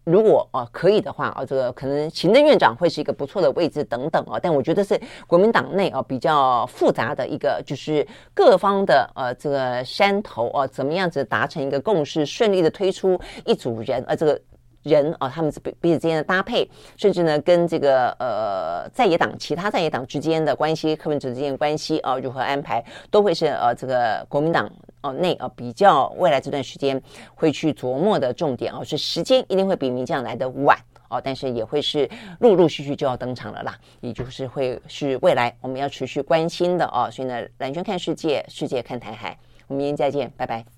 Speaker 1: 如果啊可以的话啊，这个可能行政院长会是一个不错的位置等等啊，但我觉得是国民党内啊比较复杂的一个，就是各方的呃这个山头啊，怎么样子达成一个共识，顺利的推出一组人啊，这个人啊，他们是彼此之间的搭配，甚至呢跟这个呃在野党其他在野党之间的关系，柯文哲之间的关系啊如何安排，都会是呃这个国民党哦内啊比较未来这段时间会去琢磨的重点啊，是时间一定会比民进党来的晚哦，但是也会是陆陆续续就要登场了啦，也就是会是未来我们要持续关心的哦。所以呢，蓝轩看世界，世界看台海，我们明天再见，拜拜。